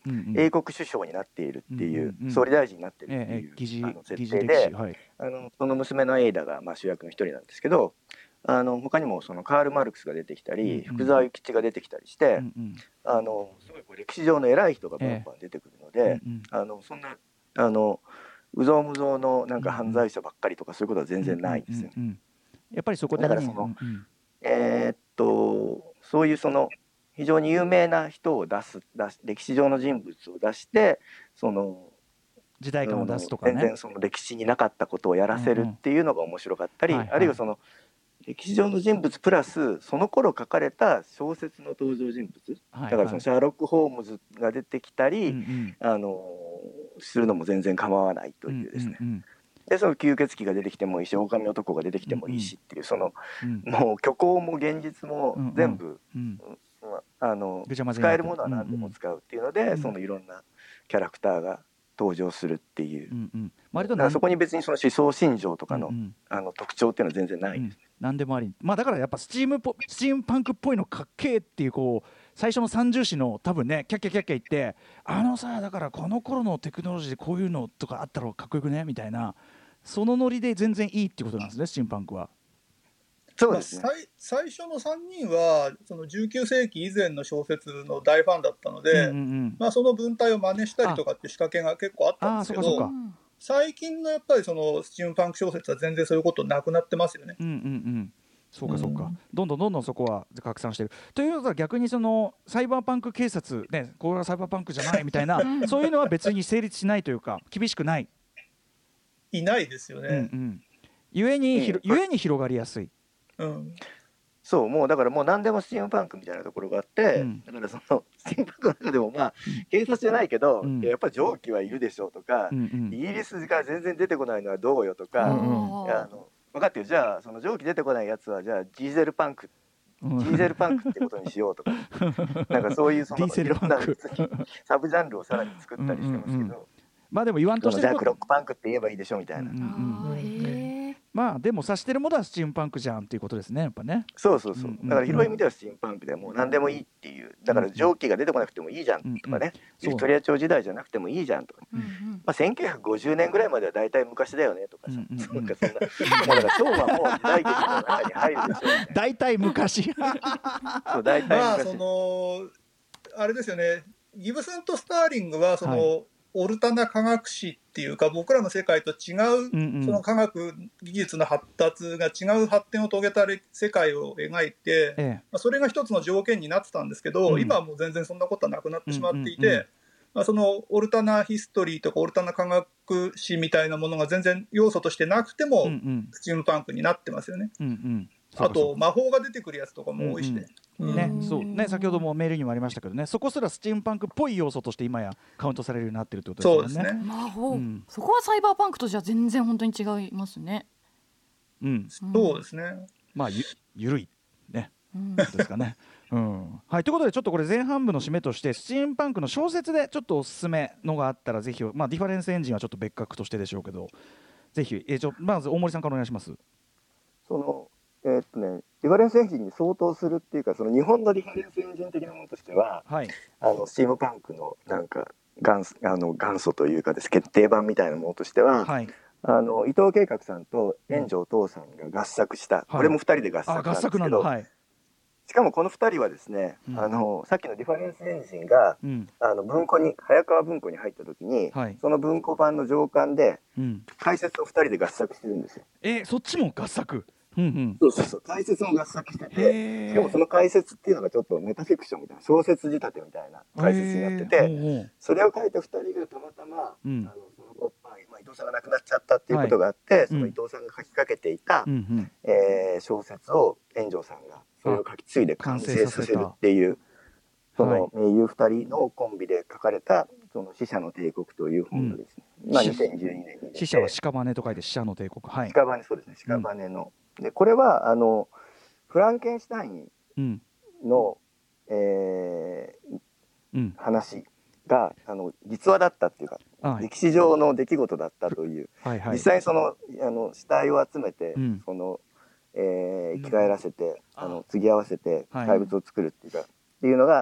うん、英国首相になっているっていう、うんうん、総理大臣になっているっていう、ええ、あの設定で、はい、あのその娘のエイダがまあ主役の一人なんですけど、あの他にもそのカール・マルクスが出てきたり、うんうん、福沢諭吉が出てきたりして、うんうん、あのすごいこう歴史上の偉い人がバンバン出てくるので、ええうんうん、あのそんなあのうぞうむぞうのなんか犯罪者ばっかりとかそういうことは全然ないですよ、うんうんうん、 やっぱりそこで、ね、 だからその、うんうん、えー、っとそういうその非常に有名な人を出す、出す歴史上の人物を出してその時代感を出すとかね、 全然その歴史になかったことをやらせるっていうのが面白かったり、うんうん、あるいはその歴史上の人物プラスその頃書かれた小説の登場人物、はいはい、だからそのシャーロック・ホームズが出てきたり、うんうん、あのするのも全然構わないというですね、うんうんうん、でその吸血鬼が出てきてもいいし狼男が出てきてもいいしっていう、その、うん、もう虚構も現実も全部、うんうん、あの使えるものは何でも使うっていうので、うんうん、そのいろんなキャラクターが登場するっていう、うんうん、割とだからそこに別にその思想信条とか の,、うんうん、あの特徴っていうのは全然ないです、ね、 うん、何でもあり、まあ、だからやっぱスチームポスチームパンクっぽいのかっけーっていう、こう最初の三重視の多分ねキャッキャキャッキャ言ってあのさだからこの頃のテクノロジーでこういうのとかあったらかっこよくねみたいな、そのノリで全然いいっていうことなんですね、スチームパンクは。 そうですね、 まあ、最, 最初のさんにんはそのじゅうきゅう世紀以前の小説の大ファンだったので、うんうんうん、まあ、その文体を真似したりとかっていう仕掛けが結構あったんですけど、最近のやっぱりそのスチームパンク小説は全然そういうことなくなってますよね。 うんうんうん、そうかそうか、うん、どんどんどんどんそこは拡散してるということは、逆にそのサイバーパンク警察ね、これはサイバーパンクじゃないみたいなそういうのは別に成立しないというか厳しくないいないですよね、うんうん、 ゆえに、うん、ゆえに広がりやすい、 うん、 そうもうだからもう何でもスチームパンクみたいなところがあって、うん、だからそのスチームパンクの中でもまあ警察じゃないけど、うん、やっぱり蒸気はいるでしょうとか、うんうん、イギリスが全然出てこないのはどうよとか、うんうん、あの分かってる、じゃあその蒸気出てこないやつはじゃあディーゼルパンクディーゼルパンクってことにしようとかなんかそういうそのいろんなサブジャンルをさらに作ったりしてますけど、うんうんうん、 まあでも言わんとしてるじゃあクロックパンクって言えばいいでしょみたいな、うんうんうん、 まあでも指してるものはスチームパンクじゃんっていうことですね、やっぱね。 そうそうそう、だから広い意味ではスチームパンクでもう何でもいいっていう、だから蒸気が出てこなくてもいいじゃんとかね、ビクトリア朝時代じゃなくてもいいじゃんとか、うんうん、まあ、せんきゅうひゃくごじゅうねんぐらいまではだいたい昔だよねとかさ、うんうんうん、なんかそんなだから昭和も時代劇の中に入るでしょみたいなだいたい昔そうだいたい昔、 まあそのあれですよね、ギブスンとスターリングはその、はい、オルタナ科学史っていうか僕らの世界と違う、うんうん、その科学技術の発達が違う発展を遂げた世界を描いて、ええ、まあ、それが一つの条件になってたんですけど、うん、今はもう全然そんなことはなくなってしまっていて、うんうんうん、まあ、そのオルタナヒストリーとかオルタナ科学史みたいなものが全然要素としてなくても、うんうん、スチームパンクになってますよね、うんうん、あと魔法が出てくるやつとかも多いしね、うんうんね、そうね、先ほどもメールにもありましたけどね、そこすらスチームパンクっぽい要素として今やカウントされるようになってるってことですよね。 そうですね、 魔法、うん、そこはサイバーパンクとじゃ全然本当に違いますね。 うん、そうですね。 まあ ゆ, ゆるいね、うん、ですかね。うん、はい、ということでちょっとこれ前半部の締めとしてスチームパンクの小説でちょっとおすすめのがあったらぜひ、まあ、ディファレンスエンジンはちょっと別格としてでしょうけど、ぜひ、えー、ちょまず大森さんからお願いします。 そのえーっとね、ディファレンスエンジンに相当するっていうか、その日本のディファレンスエンジン的なものとしては、はい、あのスチームパンクのなんか元あの元祖というかです決定版みたいなものとしては、はい、あの伊藤慶覚さんと円城東さんが合作した、はい、これもふたりで合作したんですけど、はい、しかもこのふたりはですね、うん、あのさっきのディファレンスエンジンが、うん、あの文庫に早川文庫に入った時に、はい、その文庫版の上巻で、うん、解説をふたりで合作してるんですよ。 えー、そっちも合作？うんうん、 そうそうそう、解説も合作してて、しかもその解説っていうのがちょっとメタフィクションみたいな小説仕立てみたいな解説になってて、それを書いたふたりがたまたま、うん、あのそのまあ、伊藤さんが亡くなっちゃったっていうことがあって、はい、その伊藤さんが書きかけていた、うん、えー、小説を円城さんがそれを書き継いで完成させるっていう、その名優ふたりのコンビで書かれたその死者の帝国という本がですね、うん、まあ、にせんじゅうにねんに死者は屍と書いて死者の帝国、はい、 屍、そうですね、屍の、うん、でこれはあのフランケンシュタインの、うん、えーうん、話があの実話だったっていうか、はい、歴史上の出来事だったという、はいはい、実際にそのあの死体を集めて、うん、そのえー、生き返らせて、うん、あの継ぎ合わせて怪物を作るっていうか、はい、っていうのが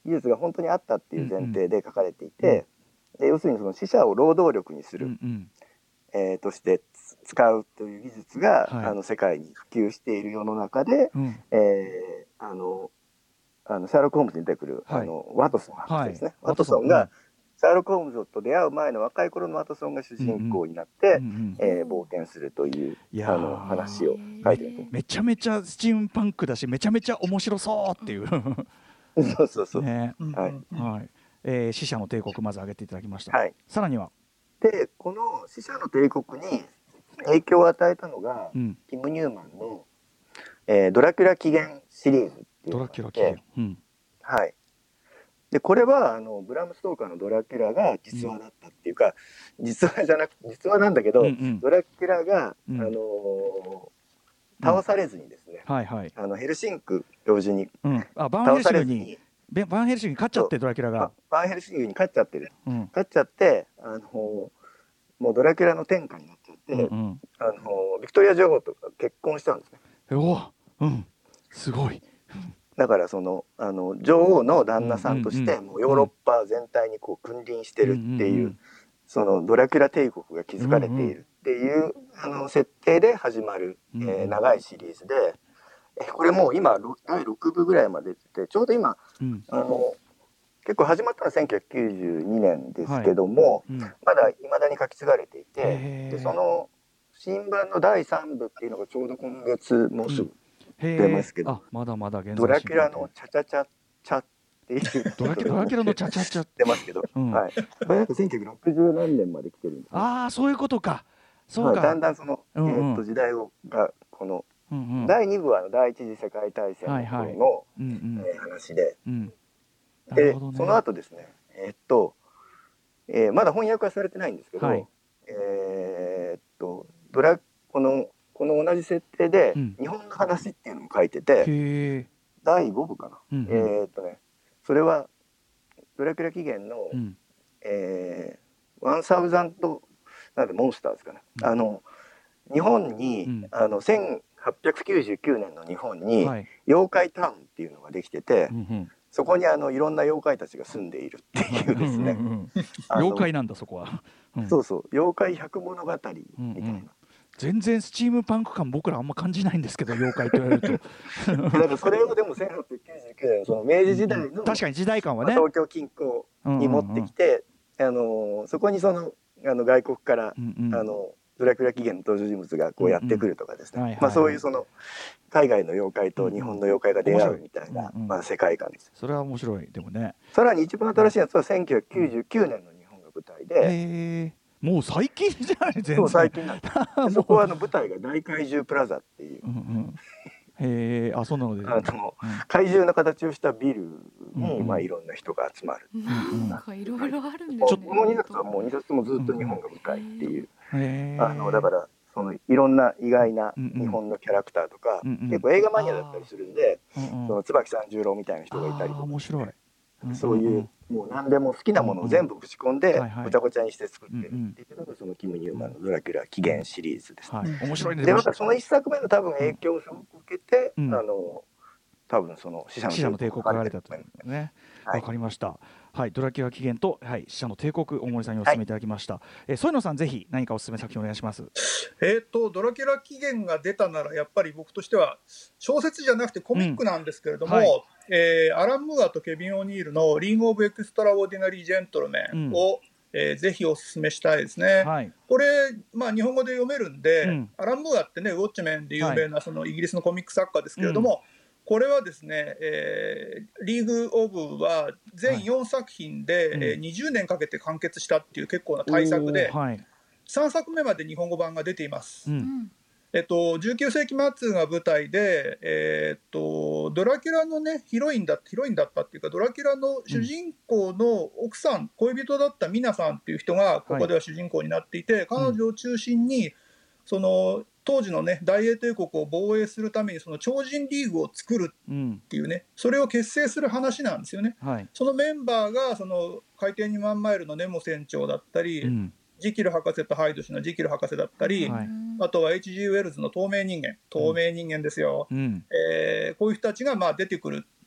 技術が本当にあったっていう前提で書かれていて、で要するにその死者を労働力にする、うんうんえー、として使うという技術が、はい、あの世界に普及している世の中で、うんえー、あのあのシャーロック・ホームズに出てくる、はい、あのワトソン博士ですね、はい、ワトソンが、うん、シャーロック・ホームズと出会う前の若い頃のワトソンが主人公になって、うんうんえー、冒険するというあの話を書いてるんです。 めちゃめちゃスチームパンクだしめちゃめちゃ面白そうっていうそうそうそう、 ねはいはいえー、死者の帝国まず挙げていただきました、 はい、 さらにはでこの死者の帝国に影響を与えたのが、うん、ティム・ニューマンの、えー、ドラキュラ起源シリーズっていうのがあって、ドラキュラ起源、うんはい、でこれはあのブラム・ストーカーのドラキュラが実話だったっていうか、うん、実話じゃなくて実話なんだけど、うんうん、ドラキュラが、うんあのー、倒されずにですね、うんはいはい、あのヘルシンク同時に倒されずに、 うん、バンヘルシングに勝っちゃってドラキュラがバンヘルシングに勝っちゃってる、うん、勝っちゃってあのーもうドラキュラの天下になっちゃって、うんうん、あのビクトリア女王とか結婚したんですね。 おうん、すごい。 だからそのあの女王の旦那さんとして、うんうんうん、もうヨーロッパ全体にこう君臨してるっていう、うんうんうん、そのドラキュラ帝国が築かれているっていう、うんうん、あの設定で始まる、えー、長いシリーズで、えこれもう今だいろくぶぐらいまで出ててちょうど今、うん、あの結構始まったのはせんきゅうひゃくきゅうじゅうにねんですけども、はいうん、まだ未だに書き継がれていて、でその新版のだいさんぶっていうのがちょうど今月もうすぐ出ますけど、うん、 あまだまだ現在ドラキュラのチャチャチャチャっていうドラキュラのチャチャチャ出ますけど、うんはい、これなんかせんきゅうひゃくろくじゅうなんねんまで来てるんです、ね、 ああそういうことかそうか、 はい、だんだんその、うんうんえー、と時代をがこの、うんうん、だいにぶは第一次世界大戦の頃の、はいはいうんうんえー、話で、うんでね、その後ですね、えー、っと、えー、まだ翻訳はされてないんですけど、はい、えー、っとドラこのこの同じ設定で、うん、日本の話っていうのも書いてて、だいごぶかな、うんうん、えー、っとねそれはドラキュラ起源の、うんえー、ワンサウザンドなんでモンスターズかな、うん、あの日本に、うん、あのせんはっぴゃくきゅうじゅうきゅうねんの日本に、はい、妖怪タウンっていうのができてて、うんうんそこにあのいろんな妖怪たちが住んでいるっていうですねうんうん、うん、 妖怪なんだそこは、 うん、そうそう妖怪百物語みたいな、うんうん、 全然スチームパンク感僕らあんま感じないんですけど妖怪と言われるとだからそれをでもせんはっぴゃくきゅうじゅうきゅうねんのその明治時代の、うん、 確かに時代感はね東京近郊に持ってきて、うんうんうん、あのそこにそのあの外国から、うんうん、あのドラキュラ起源の登場人物がこうやってくるとかですね、うんうんはいはいはいまあ、そういうその海外の妖怪と日本の妖怪が出会うみたいな、うんうんまあ、世界観です。 それは面白いでもね。 さらに一番新しいやつはせんきゅうひゃくきゅうじゅうきゅうねんの日本が舞台で、 へーもう最近じゃない全然そう最近なんですそこはあの舞台が大怪獣プラザっていう、うんうんへあそうなので、ね、 あの、うん、怪獣の形をしたビルに、うんまあ、いろんな人が集まる、 うんうん、なんかいろいろあるんですね。 このにさつはもうにさつともずっと日本が舞台っていう、うん、あのだからそのいろんな意外な日本のキャラクターとか、うんうん、結構映画マニアだったりするんで、うんうん、その椿三十郎みたいな人がいたりとか、 面白い、 うんうん、そういうもう何でも好きなものを全部ぶち込んでごちゃごちゃにして作ってるっていうのがそのキム・ニューマンのドラキュラ起源シリーズです、ねはい、面白いね。 でまたその一作目の多分影響を受けて、うん、あの多分その死者の帝国が書かれたというね。わ、はい、かりました。はい、ドラキュラ起源と、はい、死者の帝国大森さんにお勧めいただきました。はい、え添野さんぜひ何かお勧め作品お願いします。 えっとドラキュラ起源が出たならやっぱり僕としては小説じゃなくてコミックなんですけれども、うんはいえー、アラン・ムーアとケビン・オニールのリング・オブ・エクストラオーディナリー・ジェントルメンを、うんえー、ぜひお勧めしたいですね。はい、これ、まあ、日本語で読めるんで、うん、アラン・ムーアってねウォッチメンで有名なそのイギリスのコミック作家ですけれども、はいうんこれはですね、えー、リーグ・オブは全よんさく品で、はいえー、にじゅうねんかけて完結したっていう結構な大作で、はい、さんさくめまで日本語版が出ています。うんえっと、じゅうきゅうせいき末が舞台で、えー、っとドラキュラの、ね、ヒロインだヒロインだったっていうかドラキュラの主人公の奥さん、うん、恋人だったミナさんっていう人がここでは主人公になっていて、はい、彼女を中心にその当時の、ね、大英帝国を防衛するためにその超人リーグを作るっていうね、うん、それを結成する話なんですよね。はい、そのメンバーがその海底にまんマイルのネモ船長だったり、うん、ジキル博士とハイド氏のジキル博士だったり、はい、あとは エイチジー ウェルズの透明人間透明人間ですよ、うんえー、こういう人たちがまあ出てくる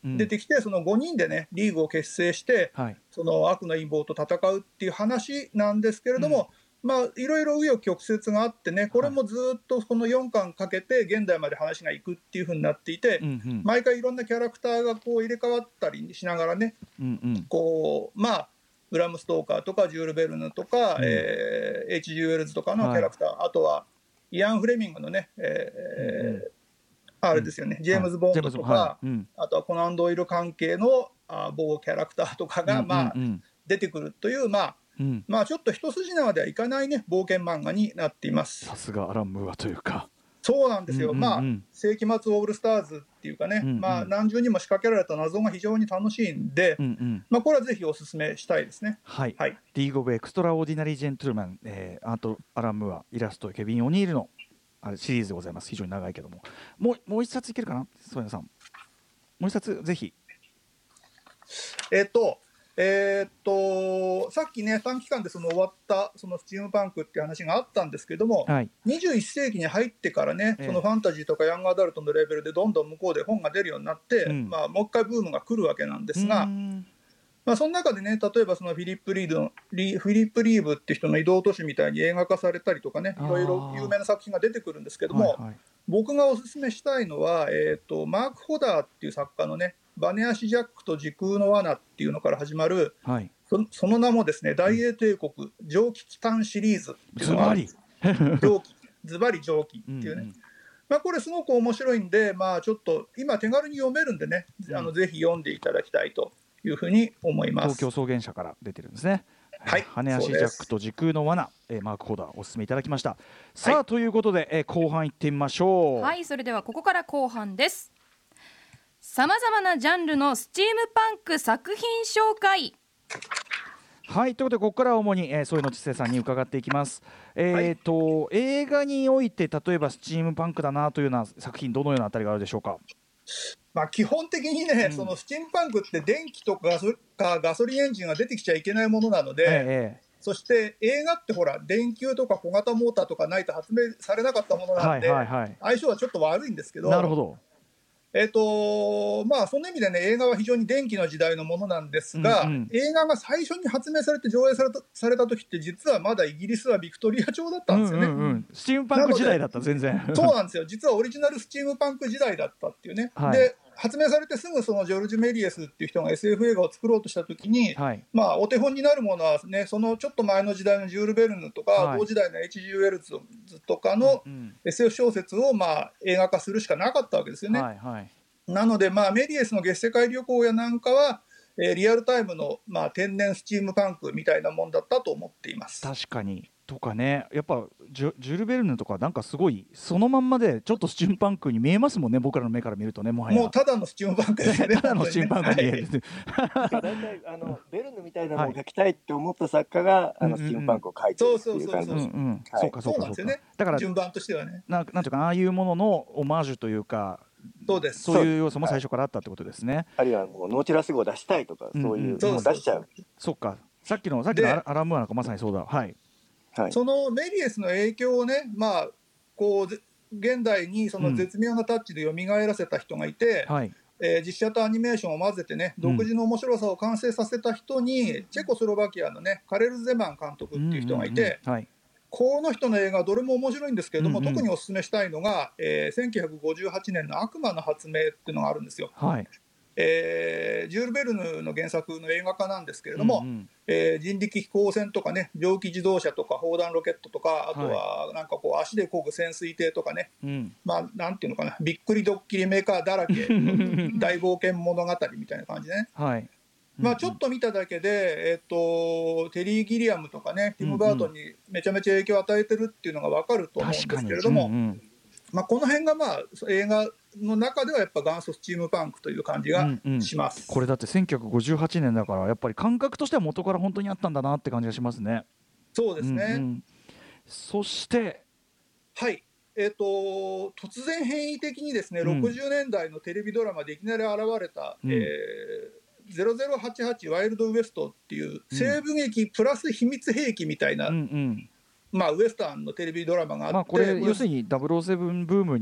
出てきて、うん、そのごにんでねリーグを結成して、はい、その悪の陰謀と戦うっていう話なんですけれども、うん、まあいろいろ紆余曲折があってね、これもずっとこのよんかんかけて現代まで話がいくっていう風になっていて、うんうん、毎回いろんなキャラクターがこう入れ替わったりしながらね、うんうん、こうまあブラム・ストーカーとかジュール・ベルヌとか、うん、えー、エイチジー ウェルズとかのキャラクター、はい、あとはイアン・フレミングのね、えーうんうん、あれですよね、ジェームズ・ボンドとか、はいはい、あとはコナン・ドイル関係のあ某キャラクターとかが、うんうんうん、まあ、出てくるという、まあうん、まあちょっと一筋縄ではいかないね冒険漫画になっています。 さすがアラン・ムーアというか。 そうなんですよ、うんうんうん、まあ世紀末オールスターズっていうかね、うんうん、まあ何重にも仕掛けられた謎が非常に楽しいんで、うんうん、まあこれはぜひお勧めしたいですね。 はい、はい、リーグ・オブ・エクストラオーディナリー・ジェントルマン、えー、アート・アラン・ムーア、イラストケビン・オニールのあれシリーズでございます。非常に長いけども、もうもう一冊いけるかな、ソヤさん。もう一冊ぜひ。 えっとえー、っとさっきね短期間でその終わったそのスチームパンクっていう話があったんですけども、はい、にじゅういっ世紀に入ってからね、えー、そのファンタジーとかヤングアダルトのレベルでどんどん向こうで本が出るようになって、うん、まあ、もう一回ブームが来るわけなんですが、まあ、その中でね例えばそのフィリップ・リードのリフィリップ・リーブって人の移動都市みたいに映画化されたりとかね、いろいろ有名な作品が出てくるんですけども、はいはい、僕がおすすめしたいのは、えー、とマーク・ホダーっていう作家のねバネ足ジャックと時空の罠っていうのから始まる、はい、そ, その名もですね大英帝国蒸気機関シリーズっていうのがあるんです。蒸気ズバリ蒸気っていうね、うんうん、まあ、これすごく面白いんで、まあ、ちょっと今手軽に読めるんでね、うん、あのぜひ読んでいただきたいというふうに思います。 東京草原社から出てるんですね。 はい、 羽足ジャックと時空の罠、えー、マーク・ホダーお勧めいただきました。さあ、はい、ということで、えー、後半いってみましょう。 はい、それではここから後半です。さまざまなジャンルのスチームパンク作品紹介。 はい、ということでここからは主に、えー、そういうのちせさんに伺っていきます。えーと、はい、映画において例えばスチームパンクだなというような作品、どのようなあたりがあるでしょうか。 まあ、基本的にね、うん、そのスチームパンクって電気とかガソ、かガソリンエンジンが出てきちゃいけないものなので、ええ、そして映画ってほら電球とか小型モーターとかないと発明されなかったものなんで、はいはいはい、相性はちょっと悪いんですけど、 なるほど。 えーとまあ、その意味でね映画は非常に電気の時代のものなんですが、うんうん、映画が最初に発明されて上映された、された時って実はまだイギリスはビクトリア朝だったんですよね、うんうんうん、 スチームパンク時代だった全然そうなんですよ、実はオリジナルスチームパンク時代だったっていうね、はい、で発明されてすぐそのジョルジュ・メリエスっていう人が エスエフ 映画を作ろうとした時に、はい、まあ、お手本になるものはねそのちょっと前の時代のジュール・ベルヌとか、はい、同時代の エイチジー ウェルズとかの エスエフ 小説をまあ映画化するしかなかったわけですよね、はいはい、なので、まあ、メリエスの月世界旅行やなんかは、えー、リアルタイムの、まあ、天然スチームパンクみたいなもんだったと思っています。 確かにとかね、やっぱジ ュ, ジュル・ベルヌとかなんかすごいそのまんまでちょっとスチームパンクに見えますもんね、僕らの目から見るとね。もはやもうただのスチームパンクですねただのスチームパンクに見える、 はい、だいたいあのベルヌみたいなのを描きたいって思った作家が、はい、あのスチームパンクを描いてるっていう感じです。 そうかそうかそうか、だから順番としてはね、 な, なんていうかああいうもののオマージュというか、 そうです、 そういう要素も最初からあったってことですね、はい、 あるいはもうノーチラス号を出したいとか、そういうのを出しちゃう。 そうか、さっきのさっきのアラン・ムーアなんかまさにそうだ。はい、 はい、そのメリエスの影響をね、まあ、こう現代にその絶妙なタッチで蘇らせた人がいて、うん、はい、えー、実写とアニメーションを混ぜてね独自の面白さを完成させた人に、うん、チェコスロバキアのねカレル・ゼマン監督っていう人がいて、うんうんうん、はい、この人の映画どれも面白いんですけれども、うんうん、特にお勧めしたいのが、えー、せんきゅうひゃくごじゅうはちねんの悪魔の発明っていうのがあるんですよ、はい、えー、ジュール・ベルヌの原作の映画化なんですけれども、うんうん、えー、人力飛行船とかね蒸気自動車とか砲弾ロケットとか、あとはなんかこう足で漕ぐ潜水艇とかね、うん、まあなんていうのかな、びっくりドッキリメーカーだらけ大冒険物語みたいな感じでね、はい、まあ、ちょっと見ただけで、えー、とテリー・ギリアムとかねティム・バートンにめちゃめちゃ影響を与えてるっていうのが分かると思うんですけれども、うんうん、まあ、この辺が、まあ、映画の中ではやっぱ元祖スチームパンクという感じがします、 うんうん、これだってせんきゅうひゃくごじゅうはちねんだからやっぱり感覚としては元から本当にあったんだなって感じがしますね。 そうですね、うんうん、 そしてはい、えー、と突然変異的にですね、うん、ろくじゅうねんだいのテレビドラマでいきなり現れた、うん、えーゼロゼロはちはちワイルドウエストっていう西部劇プラス秘密兵器みたいな、うんうん、まあ、ウエスタンのテレビドラマがあって、まあ、 これ要するにダブルオーセブンブームに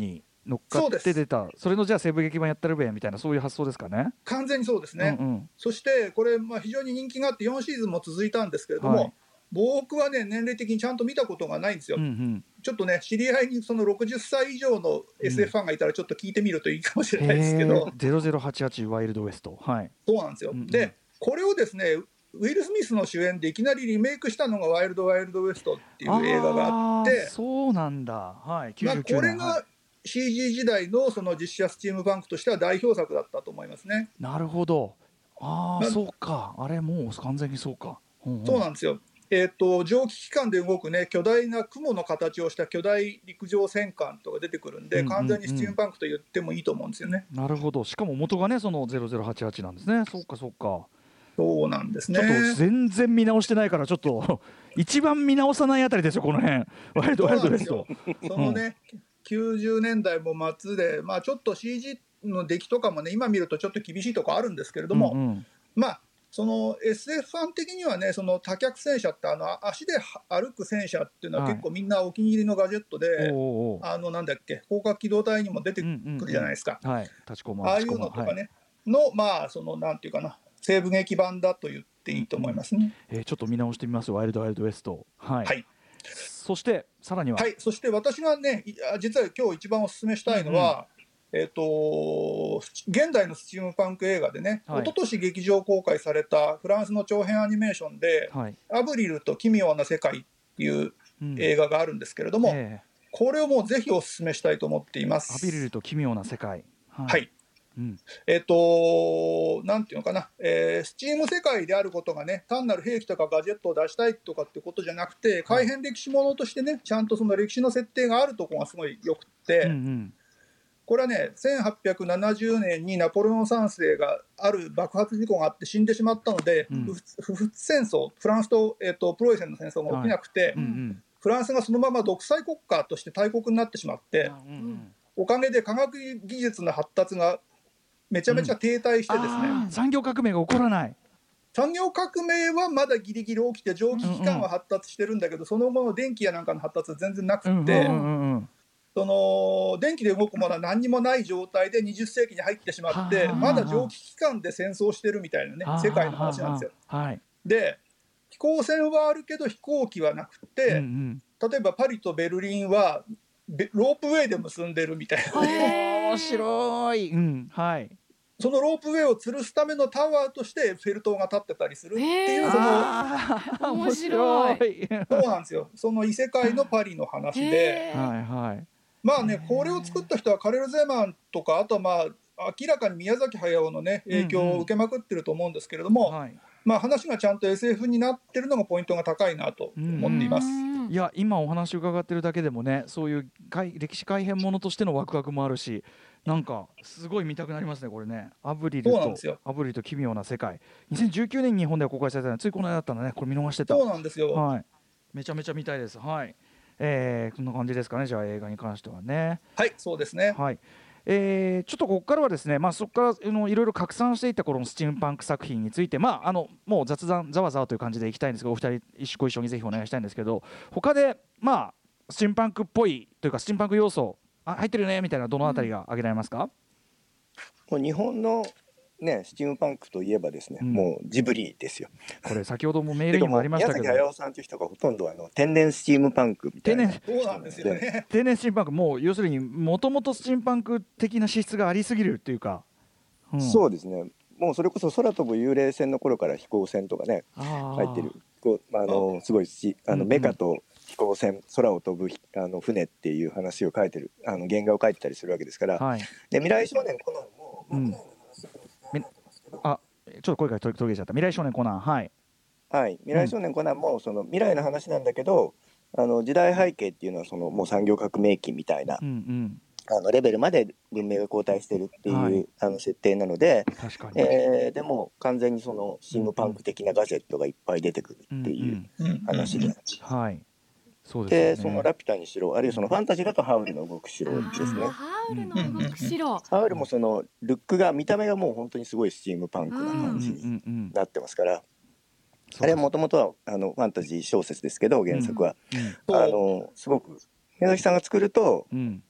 乗っかって出た、 そ, それのじゃあ西部劇版やったるべみたいなそういう発想ですかね。 完全にそうですね、うんうん、そしてこれ、まあ、非常に人気があってよんシーズンも続いたんですけれども、はい、僕はね年齢的にちゃんと見たことがないんですよ、うんうん、ちょっとね知り合いにそのろくじゅっさい以上の エスエフ ファンがいたらちょっと聞いてみるといいかもしれないですけど、うん、 ゼロゼロはちはちワイルドウエスト、はい、 そうなんですよ、うんうん、でこれをですねウィル・スミスの主演でいきなりリメイクしたのがワイルド・ワイルド・ウエストっていう映画があって、 そうなんだ、はい、きゅうじゅうきゅうねん、 まあ、これが シージー 時代 の, その実写スチームパンクとしては代表作だったと思いますね。 なるほど、ああ、そうか、あれもう完全にそうか、うんうん、 そうなんですよ。えー、と蒸気機関で動くね巨大な雲の形をした巨大陸上戦艦とか出てくるんで、うんうんうん、完全にスチームパンクと言ってもいいと思うんですよね。 なるほど、しかも元がねそのゼロゼロはちはちなんですね。そうかそうか、 そうなんですね。 ちょっと全然見直してないからちょっと一番見直さないあたりですよこの辺、ワイルドワイルドですよ。 そのね、うん、きゅうじゅうねんだいも末で、まあ、ちょっと シージー の出来とかもね今見るとちょっと厳しいとこあるんですけれども、うんうん、まあその エスエフ ファン的にはねその多脚戦車ってあの足で歩く戦車っていうのは結構みんなお気に入りのガジェットで、はい、あのなんだっけ広角機動隊にも出てくるじゃないですか、 うんうんうん、はい、立ちこまああいうのとかね、はい、のまあそのなんていうかな西部劇版だと言っていいと思いますね、 うんうん、えー、ちょっと見直してみますワイルドワイルドウエスト、はい、はい、そしてさらには、 はい、そして私がね実は今日一番お勧めしたいのは、うんうん、えーと現代のスチームパンク映画でね、はい、一昨年劇場公開されたフランスの長編アニメーションで、はい、アブリルと奇妙な世界っていう映画があるんですけれども、うんえー、これをもうぜひお勧めしたいと思っています。 アブリルと奇妙な世界、 はい、はいうん、えっ、ー、となんていうのかな、えー、スチーム世界であることがね単なる兵器とかガジェットを出したいとかってことじゃなくて改変歴史ものとしてねちゃんとその歴史の設定があるところがすごいよくって、うんうん、これはねせんはっぴゃくななじゅうねんにナポレオンさんせいがある爆発事故があって死んでしまったので、うん、不仏戦争フランス と,、えー、とプロイセンの戦争が起きなくて、はいうんうん、フランスがそのまま独裁国家として大国になってしまって、うんうん、おかげで科学技術の発達がめちゃめちゃ停滞してですね、 うん、産業革命が起こらない。 産業革命はまだギリギリ起きて蒸気機関は発達してるんだけど、うんうん、その後の電気やなんかの発達は全然なくって、うんうんうん、その電気で動くものは何にもない状態でにじゅっせいきに入ってしまってまだ蒸気機関で戦争してるみたいなね世界の話なんですよ、はい、で飛行船はあるけど飛行機はなくて、うんうん、例えばパリとベルリンはロープウェイで結んでるみたいな、 ね、面白い、うんはい、 そのロープウェイを吊るすためのタワーとしてフェル塔が立ってたりするっていうその面白いそうなんですよその異世界のパリの話で、はいはい、まあねこれを作った人はカレル・ゼマンとかあとはまあ明らかに宮崎駿のね影響を受けまくってると思うんですけれども、うんうんはいまあ、話がちゃんと エスエフ になってるのがポイントが高いなと思っています。 いや今お話伺ってるだけでもねそういう歴史改変ものとしてのワクワクもあるしなんかすごい見たくなりますねこれね。アブリルとアブリルと奇妙な世界にせんじゅうきゅうねんに日本では公開されたのついこの間だったんだね。これ見逃してた。 そうなんですよ、 はい、めちゃめちゃ見たいです。はい、えー、こんな感じですかねじゃあ映画に関してはね。 はいそうですね。 はいえー、ちょっとここからはですね、まあ、そこからあのいろいろ拡散していったこのスチームパンク作品について、まあ、あのもう雑談ざわざわという感じでいきたいんですけどお二人一緒ご一緒にぜひお願いしたいんですけど他で、まあ、スチームパンクっぽいというかスチームパンク要素あ入ってるねみたいなどのあたりが挙げられますか？ もう日本のね、スチームパンクといえばですね、うん、もうジブリですよ。 これ先ほどもメールにもありましたけど宮崎駿さんという人がほとんどあの天然スチームパンクみたいなそうなんですよね。 天然スチームパンクもう要するにもともとスチームパンク的な資質がありすぎるっていうか、 うん、そうですねもうそれこそ空飛ぶ幽霊船の頃から飛行船とかね入ってるこう、まあ、あのすごいあのメカと飛行船、うんうん、空を飛ぶあの船っていう話を書いてるあの原画を書いてたりするわけですから、はい、で未来少年コナンも、うんあちょっと声が途切れちゃった未来少年コナンはい、 はい、未来少年コナンもその未来の話なんだけど、うん、あの時代背景っていうのはそのもう産業革命期みたいな、うんうんあのレベルまで文明が後退してるっていう、はい、あの設定なので確かに、えー、でも完全にそのスチームパンク的なガジェットがいっぱい出てくるっていう話で、 はいそうですね、でそのラピュタにしろあるいはそのファンタジーだとハウルの動く城ですね。 ハウルの動く城、 ハウルもそのルックが見た目がもう本当にすごいスチームパンクな感じになってますから、うんうんうん、あれはもともとはあのファンタジー小説ですけど原作は、うんうん、あのすごく宮崎さんが作ると、うん、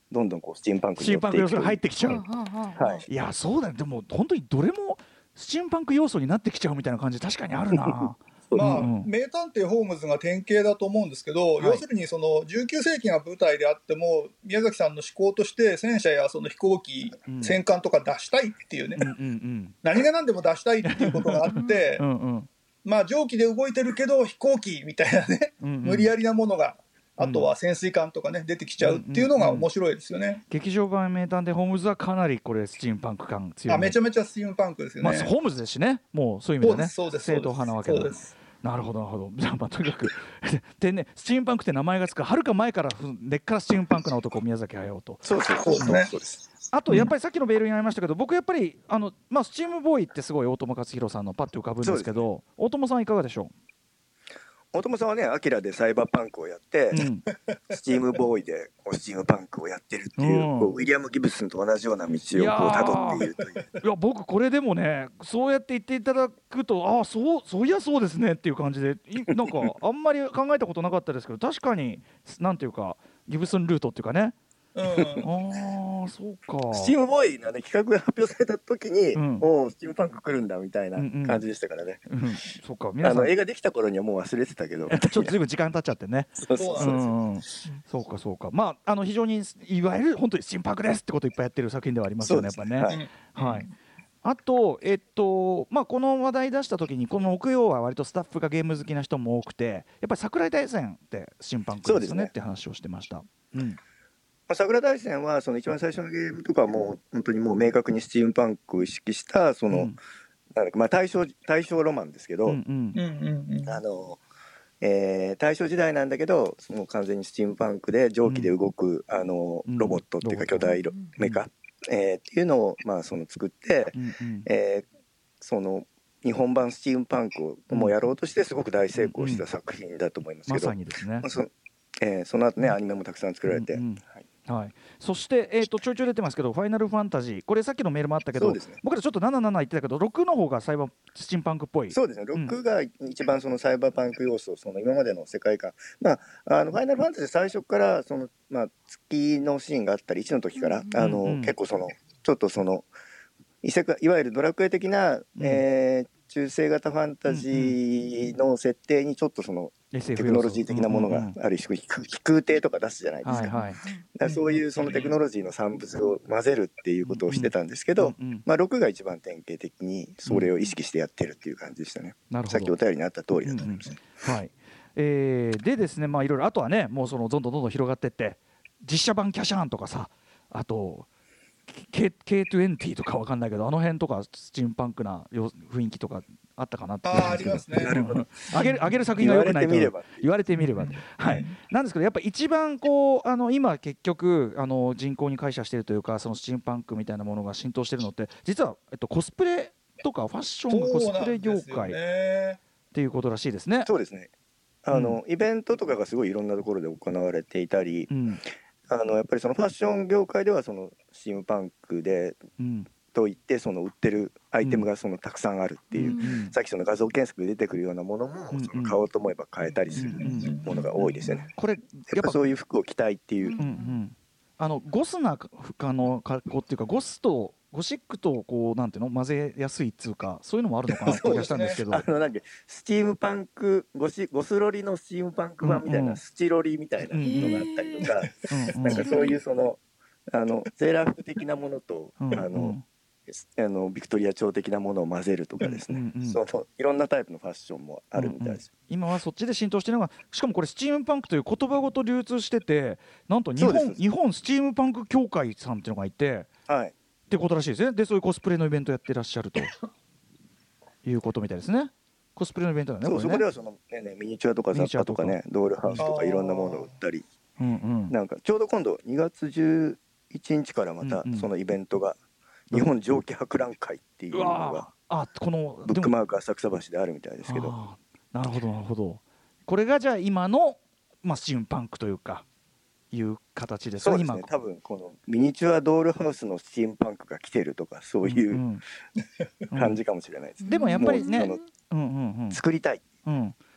どんどんこうスチームパンクスチームパンク要素が入ってきちゃう、 はい、 いやそうだね。でも本当にどれもスチームパンク要素になってきちゃうみたいな感じ確かにあるなまあ、 うんうん、 名探偵ホームズが典型だと思うんですけど、はい、要するにそのじゅうきゅう世紀が舞台であっても宮崎さんの思考として戦車やその飛行機、うん、戦艦とか出したいっていうね、うんうんうん、何が何でも出したいっていうことがあってうん、うん、まあ蒸気で動いてるけど飛行機みたいなね、うんうん、無理やりなものがあとは潜水艦とかね出てきちゃうっていうのが面白いですよね、うんうんうん、 劇場版名探偵ホームズはかなりこれスチームパンク感強い、 あめちゃめちゃスチームパンクですよね、 まあ、ホームズですしね、もうそういう意味でねそうです正統派なわけだ。なるほどなるほど。じゃあまあとにかく天然スチームパンクって名前がつくはるか前から根っからスチームパンクな男宮崎駿と。 そうそうそうですね、そうです。 あとやっぱりさっきのメールにありましたけど、僕やっぱりあのまあスチームボーイってすごい大友克洋さんのパッと浮かぶんですけど、大友さんいかがでしょう。 大友さんはね、アキラでサイバーパンクをやって、うん、スチームボーイでこうスチームパンクをやってるっていう、うん、こうウィリアム・ギブスンと同じような道をこう辿っているという。 いや僕これでもね、そうやって言っていただくと、ああそうそういやそうですねっていう感じで、なんかあんまり考えたことなかったですけど、確かになんていうかギブスンルートっていうかね。うん、ああそうか。 スチームボーイの、ね、企画が発表された時に、うん、おおスチームパンク来るんだみたいな感じでしたからね、うんうんうん、 そうか皆さんあの映画できた頃にはもう忘れてたけどちょっとずいぶん時間経っちゃってねそうそうそう、うんうん、 そうかそうか。まああの非常にいわゆる本当にスチームパンクですってことをいっぱいやってる作品ではありますよね、やっぱね、はい、はい、あと、えっとまあ、この話題出した時にこの木曜は割とスタッフがゲーム好きな人も多くて、やっぱり桜井大戦ってスチームパンクですよねって話をしてました。うん、 桜大戦はその一番最初のゲームとかもう本当にもう明確にスチームパンクを意識したその、うん、なんだかまあ大正大正ロマンですけど、うんうん、あのえー、大正時代なんだけどもう完全にスチームパンクで蒸気で動く、うん、あのロボットっていうか巨大メカ、うんえー、っていうのをまあその作って、うんうんえー、その日本版スチームパンクをもうやろうとしてすごく大成功した作品だと思いますけど、 まさにですね、 まあそえー、その後ねアニメもたくさん作られて、うんうんはいはい、そして、えー、とちょいちょい出てますけど、ファイナルファンタジー、これさっきのメールもあったけど、ね、僕らちょっとなななな言ってたけど、ろくの方がサイバースチームパンクっぽい。 そうですね、ろくが一番そのサイバーパンク要素、その今までの世界観、まあ、あのファイナルファンタジー最初からその、まあ、月のシーンがあったりいちの時からあの、うんうん、結構そのちょっとその異世界いわゆるドラクエ的な、うんえー、中世型ファンタジーの設定にちょっとそのテクノロジー的なものがある種飛空艇とか出すじゃないですか、はいはい、だからそういうそのテクノロジーの産物を混ぜるっていうことをしてたんですけど、うんうんまあ、ろくが一番典型的にそれを意識してやってるっていう感じでしたね、うん、さっきお便りにあった通りだと思います、うんうんはいえー、でですね、まあいろいろあとはねもうそのどんどんどんどん広がってって実写版キャシャーンとかさあとK ケートゥエンティー とかわかんないけどあの辺とかスチームパンクな雰囲気とかあったかなってあありますね。 あげるあげる作品が良くないと言われてみれば、はい。なんですけどやっぱ一番こうあの今結局あの人口に膾炙しているというかそのスチームパンクみたいなものが浸透しているのって実はえっとコスプレとかファッションコスプレ業界っていうことらしいですね。 そうですね。あの、うん、イベントとかがすごいいろんなところで行われていたり。うんあのやっぱりそのファッション業界ではそのスチームパンクで、うん、といってその売ってるアイテムがそのたくさんあるっていう、うん、さっきその画像検索で出てくるようなものも、うん、その買おうと思えば買えたりするものが多いですよね。これやっぱそういう服を着たいっていう、うんうん、 あのゴスなあの格好っていうかゴスとゴシックとこうなんていうの混ぜやすいっつうかそういうのもあるのかなって気がしたんですけど、 あのなんかスチームパンクゴシゴスロリのスチームパンク版みたいな、うんうん、スチロリみたいなのがあったりとか、うん、なんかそういうそのあのセーラー服的なものと、うんうん、あのあのビクトリア朝的なものを混ぜるとかですね、うんうんうん、そのいろんなタイプのファッションもあるみたいです、 うんうん、今はそっちで浸透しているのがしかもこれスチームパンクという言葉ごと流通しててなんと日本日本スチームパンク協会さんっていうのがいて、はいってことらしいですね。でそういうコスプレのイベントやってらっしゃるということみたいですね。コスプレのイベントだね。 そう、 これねそこではその、ねね、ミニチュアとか雑貨とかねドールハウスとかいろんなものを売ったり、うんうん、なんかちょうど今度にがつじゅういちにちからまたそのイベントが、うんうん、日本蒸気博覧会っていうのがあこのブックマーク浅草橋であるみたいですけど、 なるほどなるほど。これがじゃあ今の、まあ、スチームパンクというかいう形ですか。 そうですね、今多分このミニチュアドールハウスのスチームパンクが来てるとかそういう、うんうん、感じかもしれないです、 でもやっぱりね、 うんうんうん、作りたい、 うん、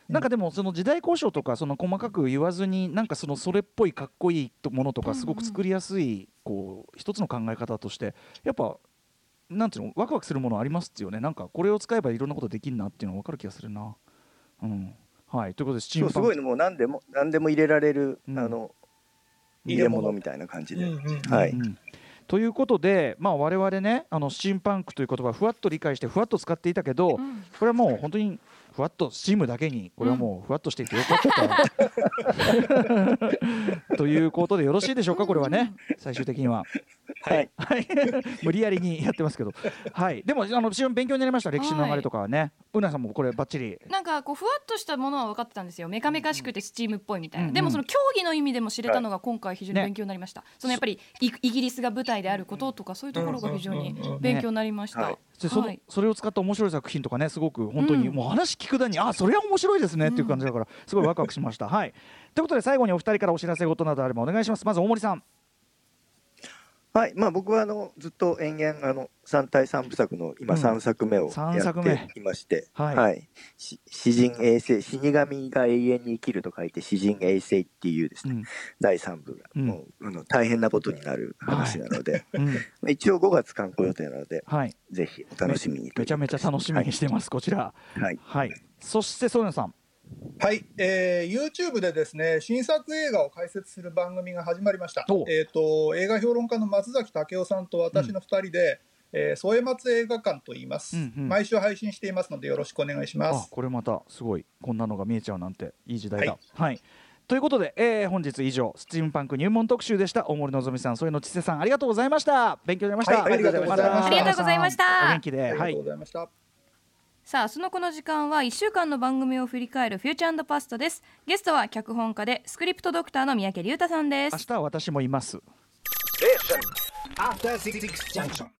なんかでもその時代交渉とかその細かく言わずになんかそのそれっぽいかっこいいものとかすごく作りやすいこう一つの考え方としてやっぱなんていうのワクワクするものありますよね。なんかこれを使えばいろんなことできるなっていうの分かる気がするな。うん、はいということでスチームパンクすごいのもう何でも何でも入れられる、うん、あの入れ物みたいな感じで、はい。うんということで、まあ、我々ねあのスチームパンクという言葉をふわっと理解してふわっと使っていたけど、うん、これはもう本当にふわっとスチームだけにこれはもうふわっとしていてよかった、うん、ということでよろしいでしょうかこれはね最終的には。はい、はい、無理やりにやってますけど、はい、でもあの非常に勉強になりました歴史の流れとかはね、はい、うなさんもこれバッチリなんかこうふわっとしたものは分かってたんですよ。メカメカしくてスチームっぽいみたいな、うん、でもその競技の意味でも知れたのが今回非常に勉強になりました、はい、そのやっぱりイギリスが舞台であることとかそういうところが非常に勉強になりました、ねはいで そ, のそれを使った面白い作品とかねすごく本当にもう話聞くだに、うん、あそれは面白いですねっていう感じだからすごいワクワクしました、はい、ということで最後にお二人からお知らせ事などあればお願いします。まず大森さん。 はい、まあ、僕はあのずっと延々あのさん体さん部作の今さんさくめをやっていまして、うんはいはい、詩人衛星死神が永遠に生きると書いて詩人衛星っていうですね、うん、だいさん部がもう、うん、あの大変なことになる話なので、はいうん、一応ごがつ刊行予定なので、はい、ぜひお楽しみに。 め, めちゃめちゃ楽しみにしてます、はい、こちら、はいはい、そしてソネさん。 はい、えー、YouTube でですね新作映画を解説する番組が始まりました。えーと映画評論家の松崎武夫さんと私のふたりで、うんえー、添松映画館と言います、うんうん、毎週配信していますのでよろしくお願いします。 あこれまたすごいこんなのが見えちゃうなんていい時代だ、はいはい、ということで、えー、本日以上スチームパンク入門特集でした。大森のぞみさん添野千世さんありがとうございました。勉強になりました、 はい、ありがとうございました。 ありがとうございました。 お元気で。 ありがとうございました、はい。 さあ明日のこの時間はいっしゅうかんの番組を振り返るフューチャー&パストです。ゲストは脚本家でスクリプトドクターの三宅龍太さんです。 明日は私もいます。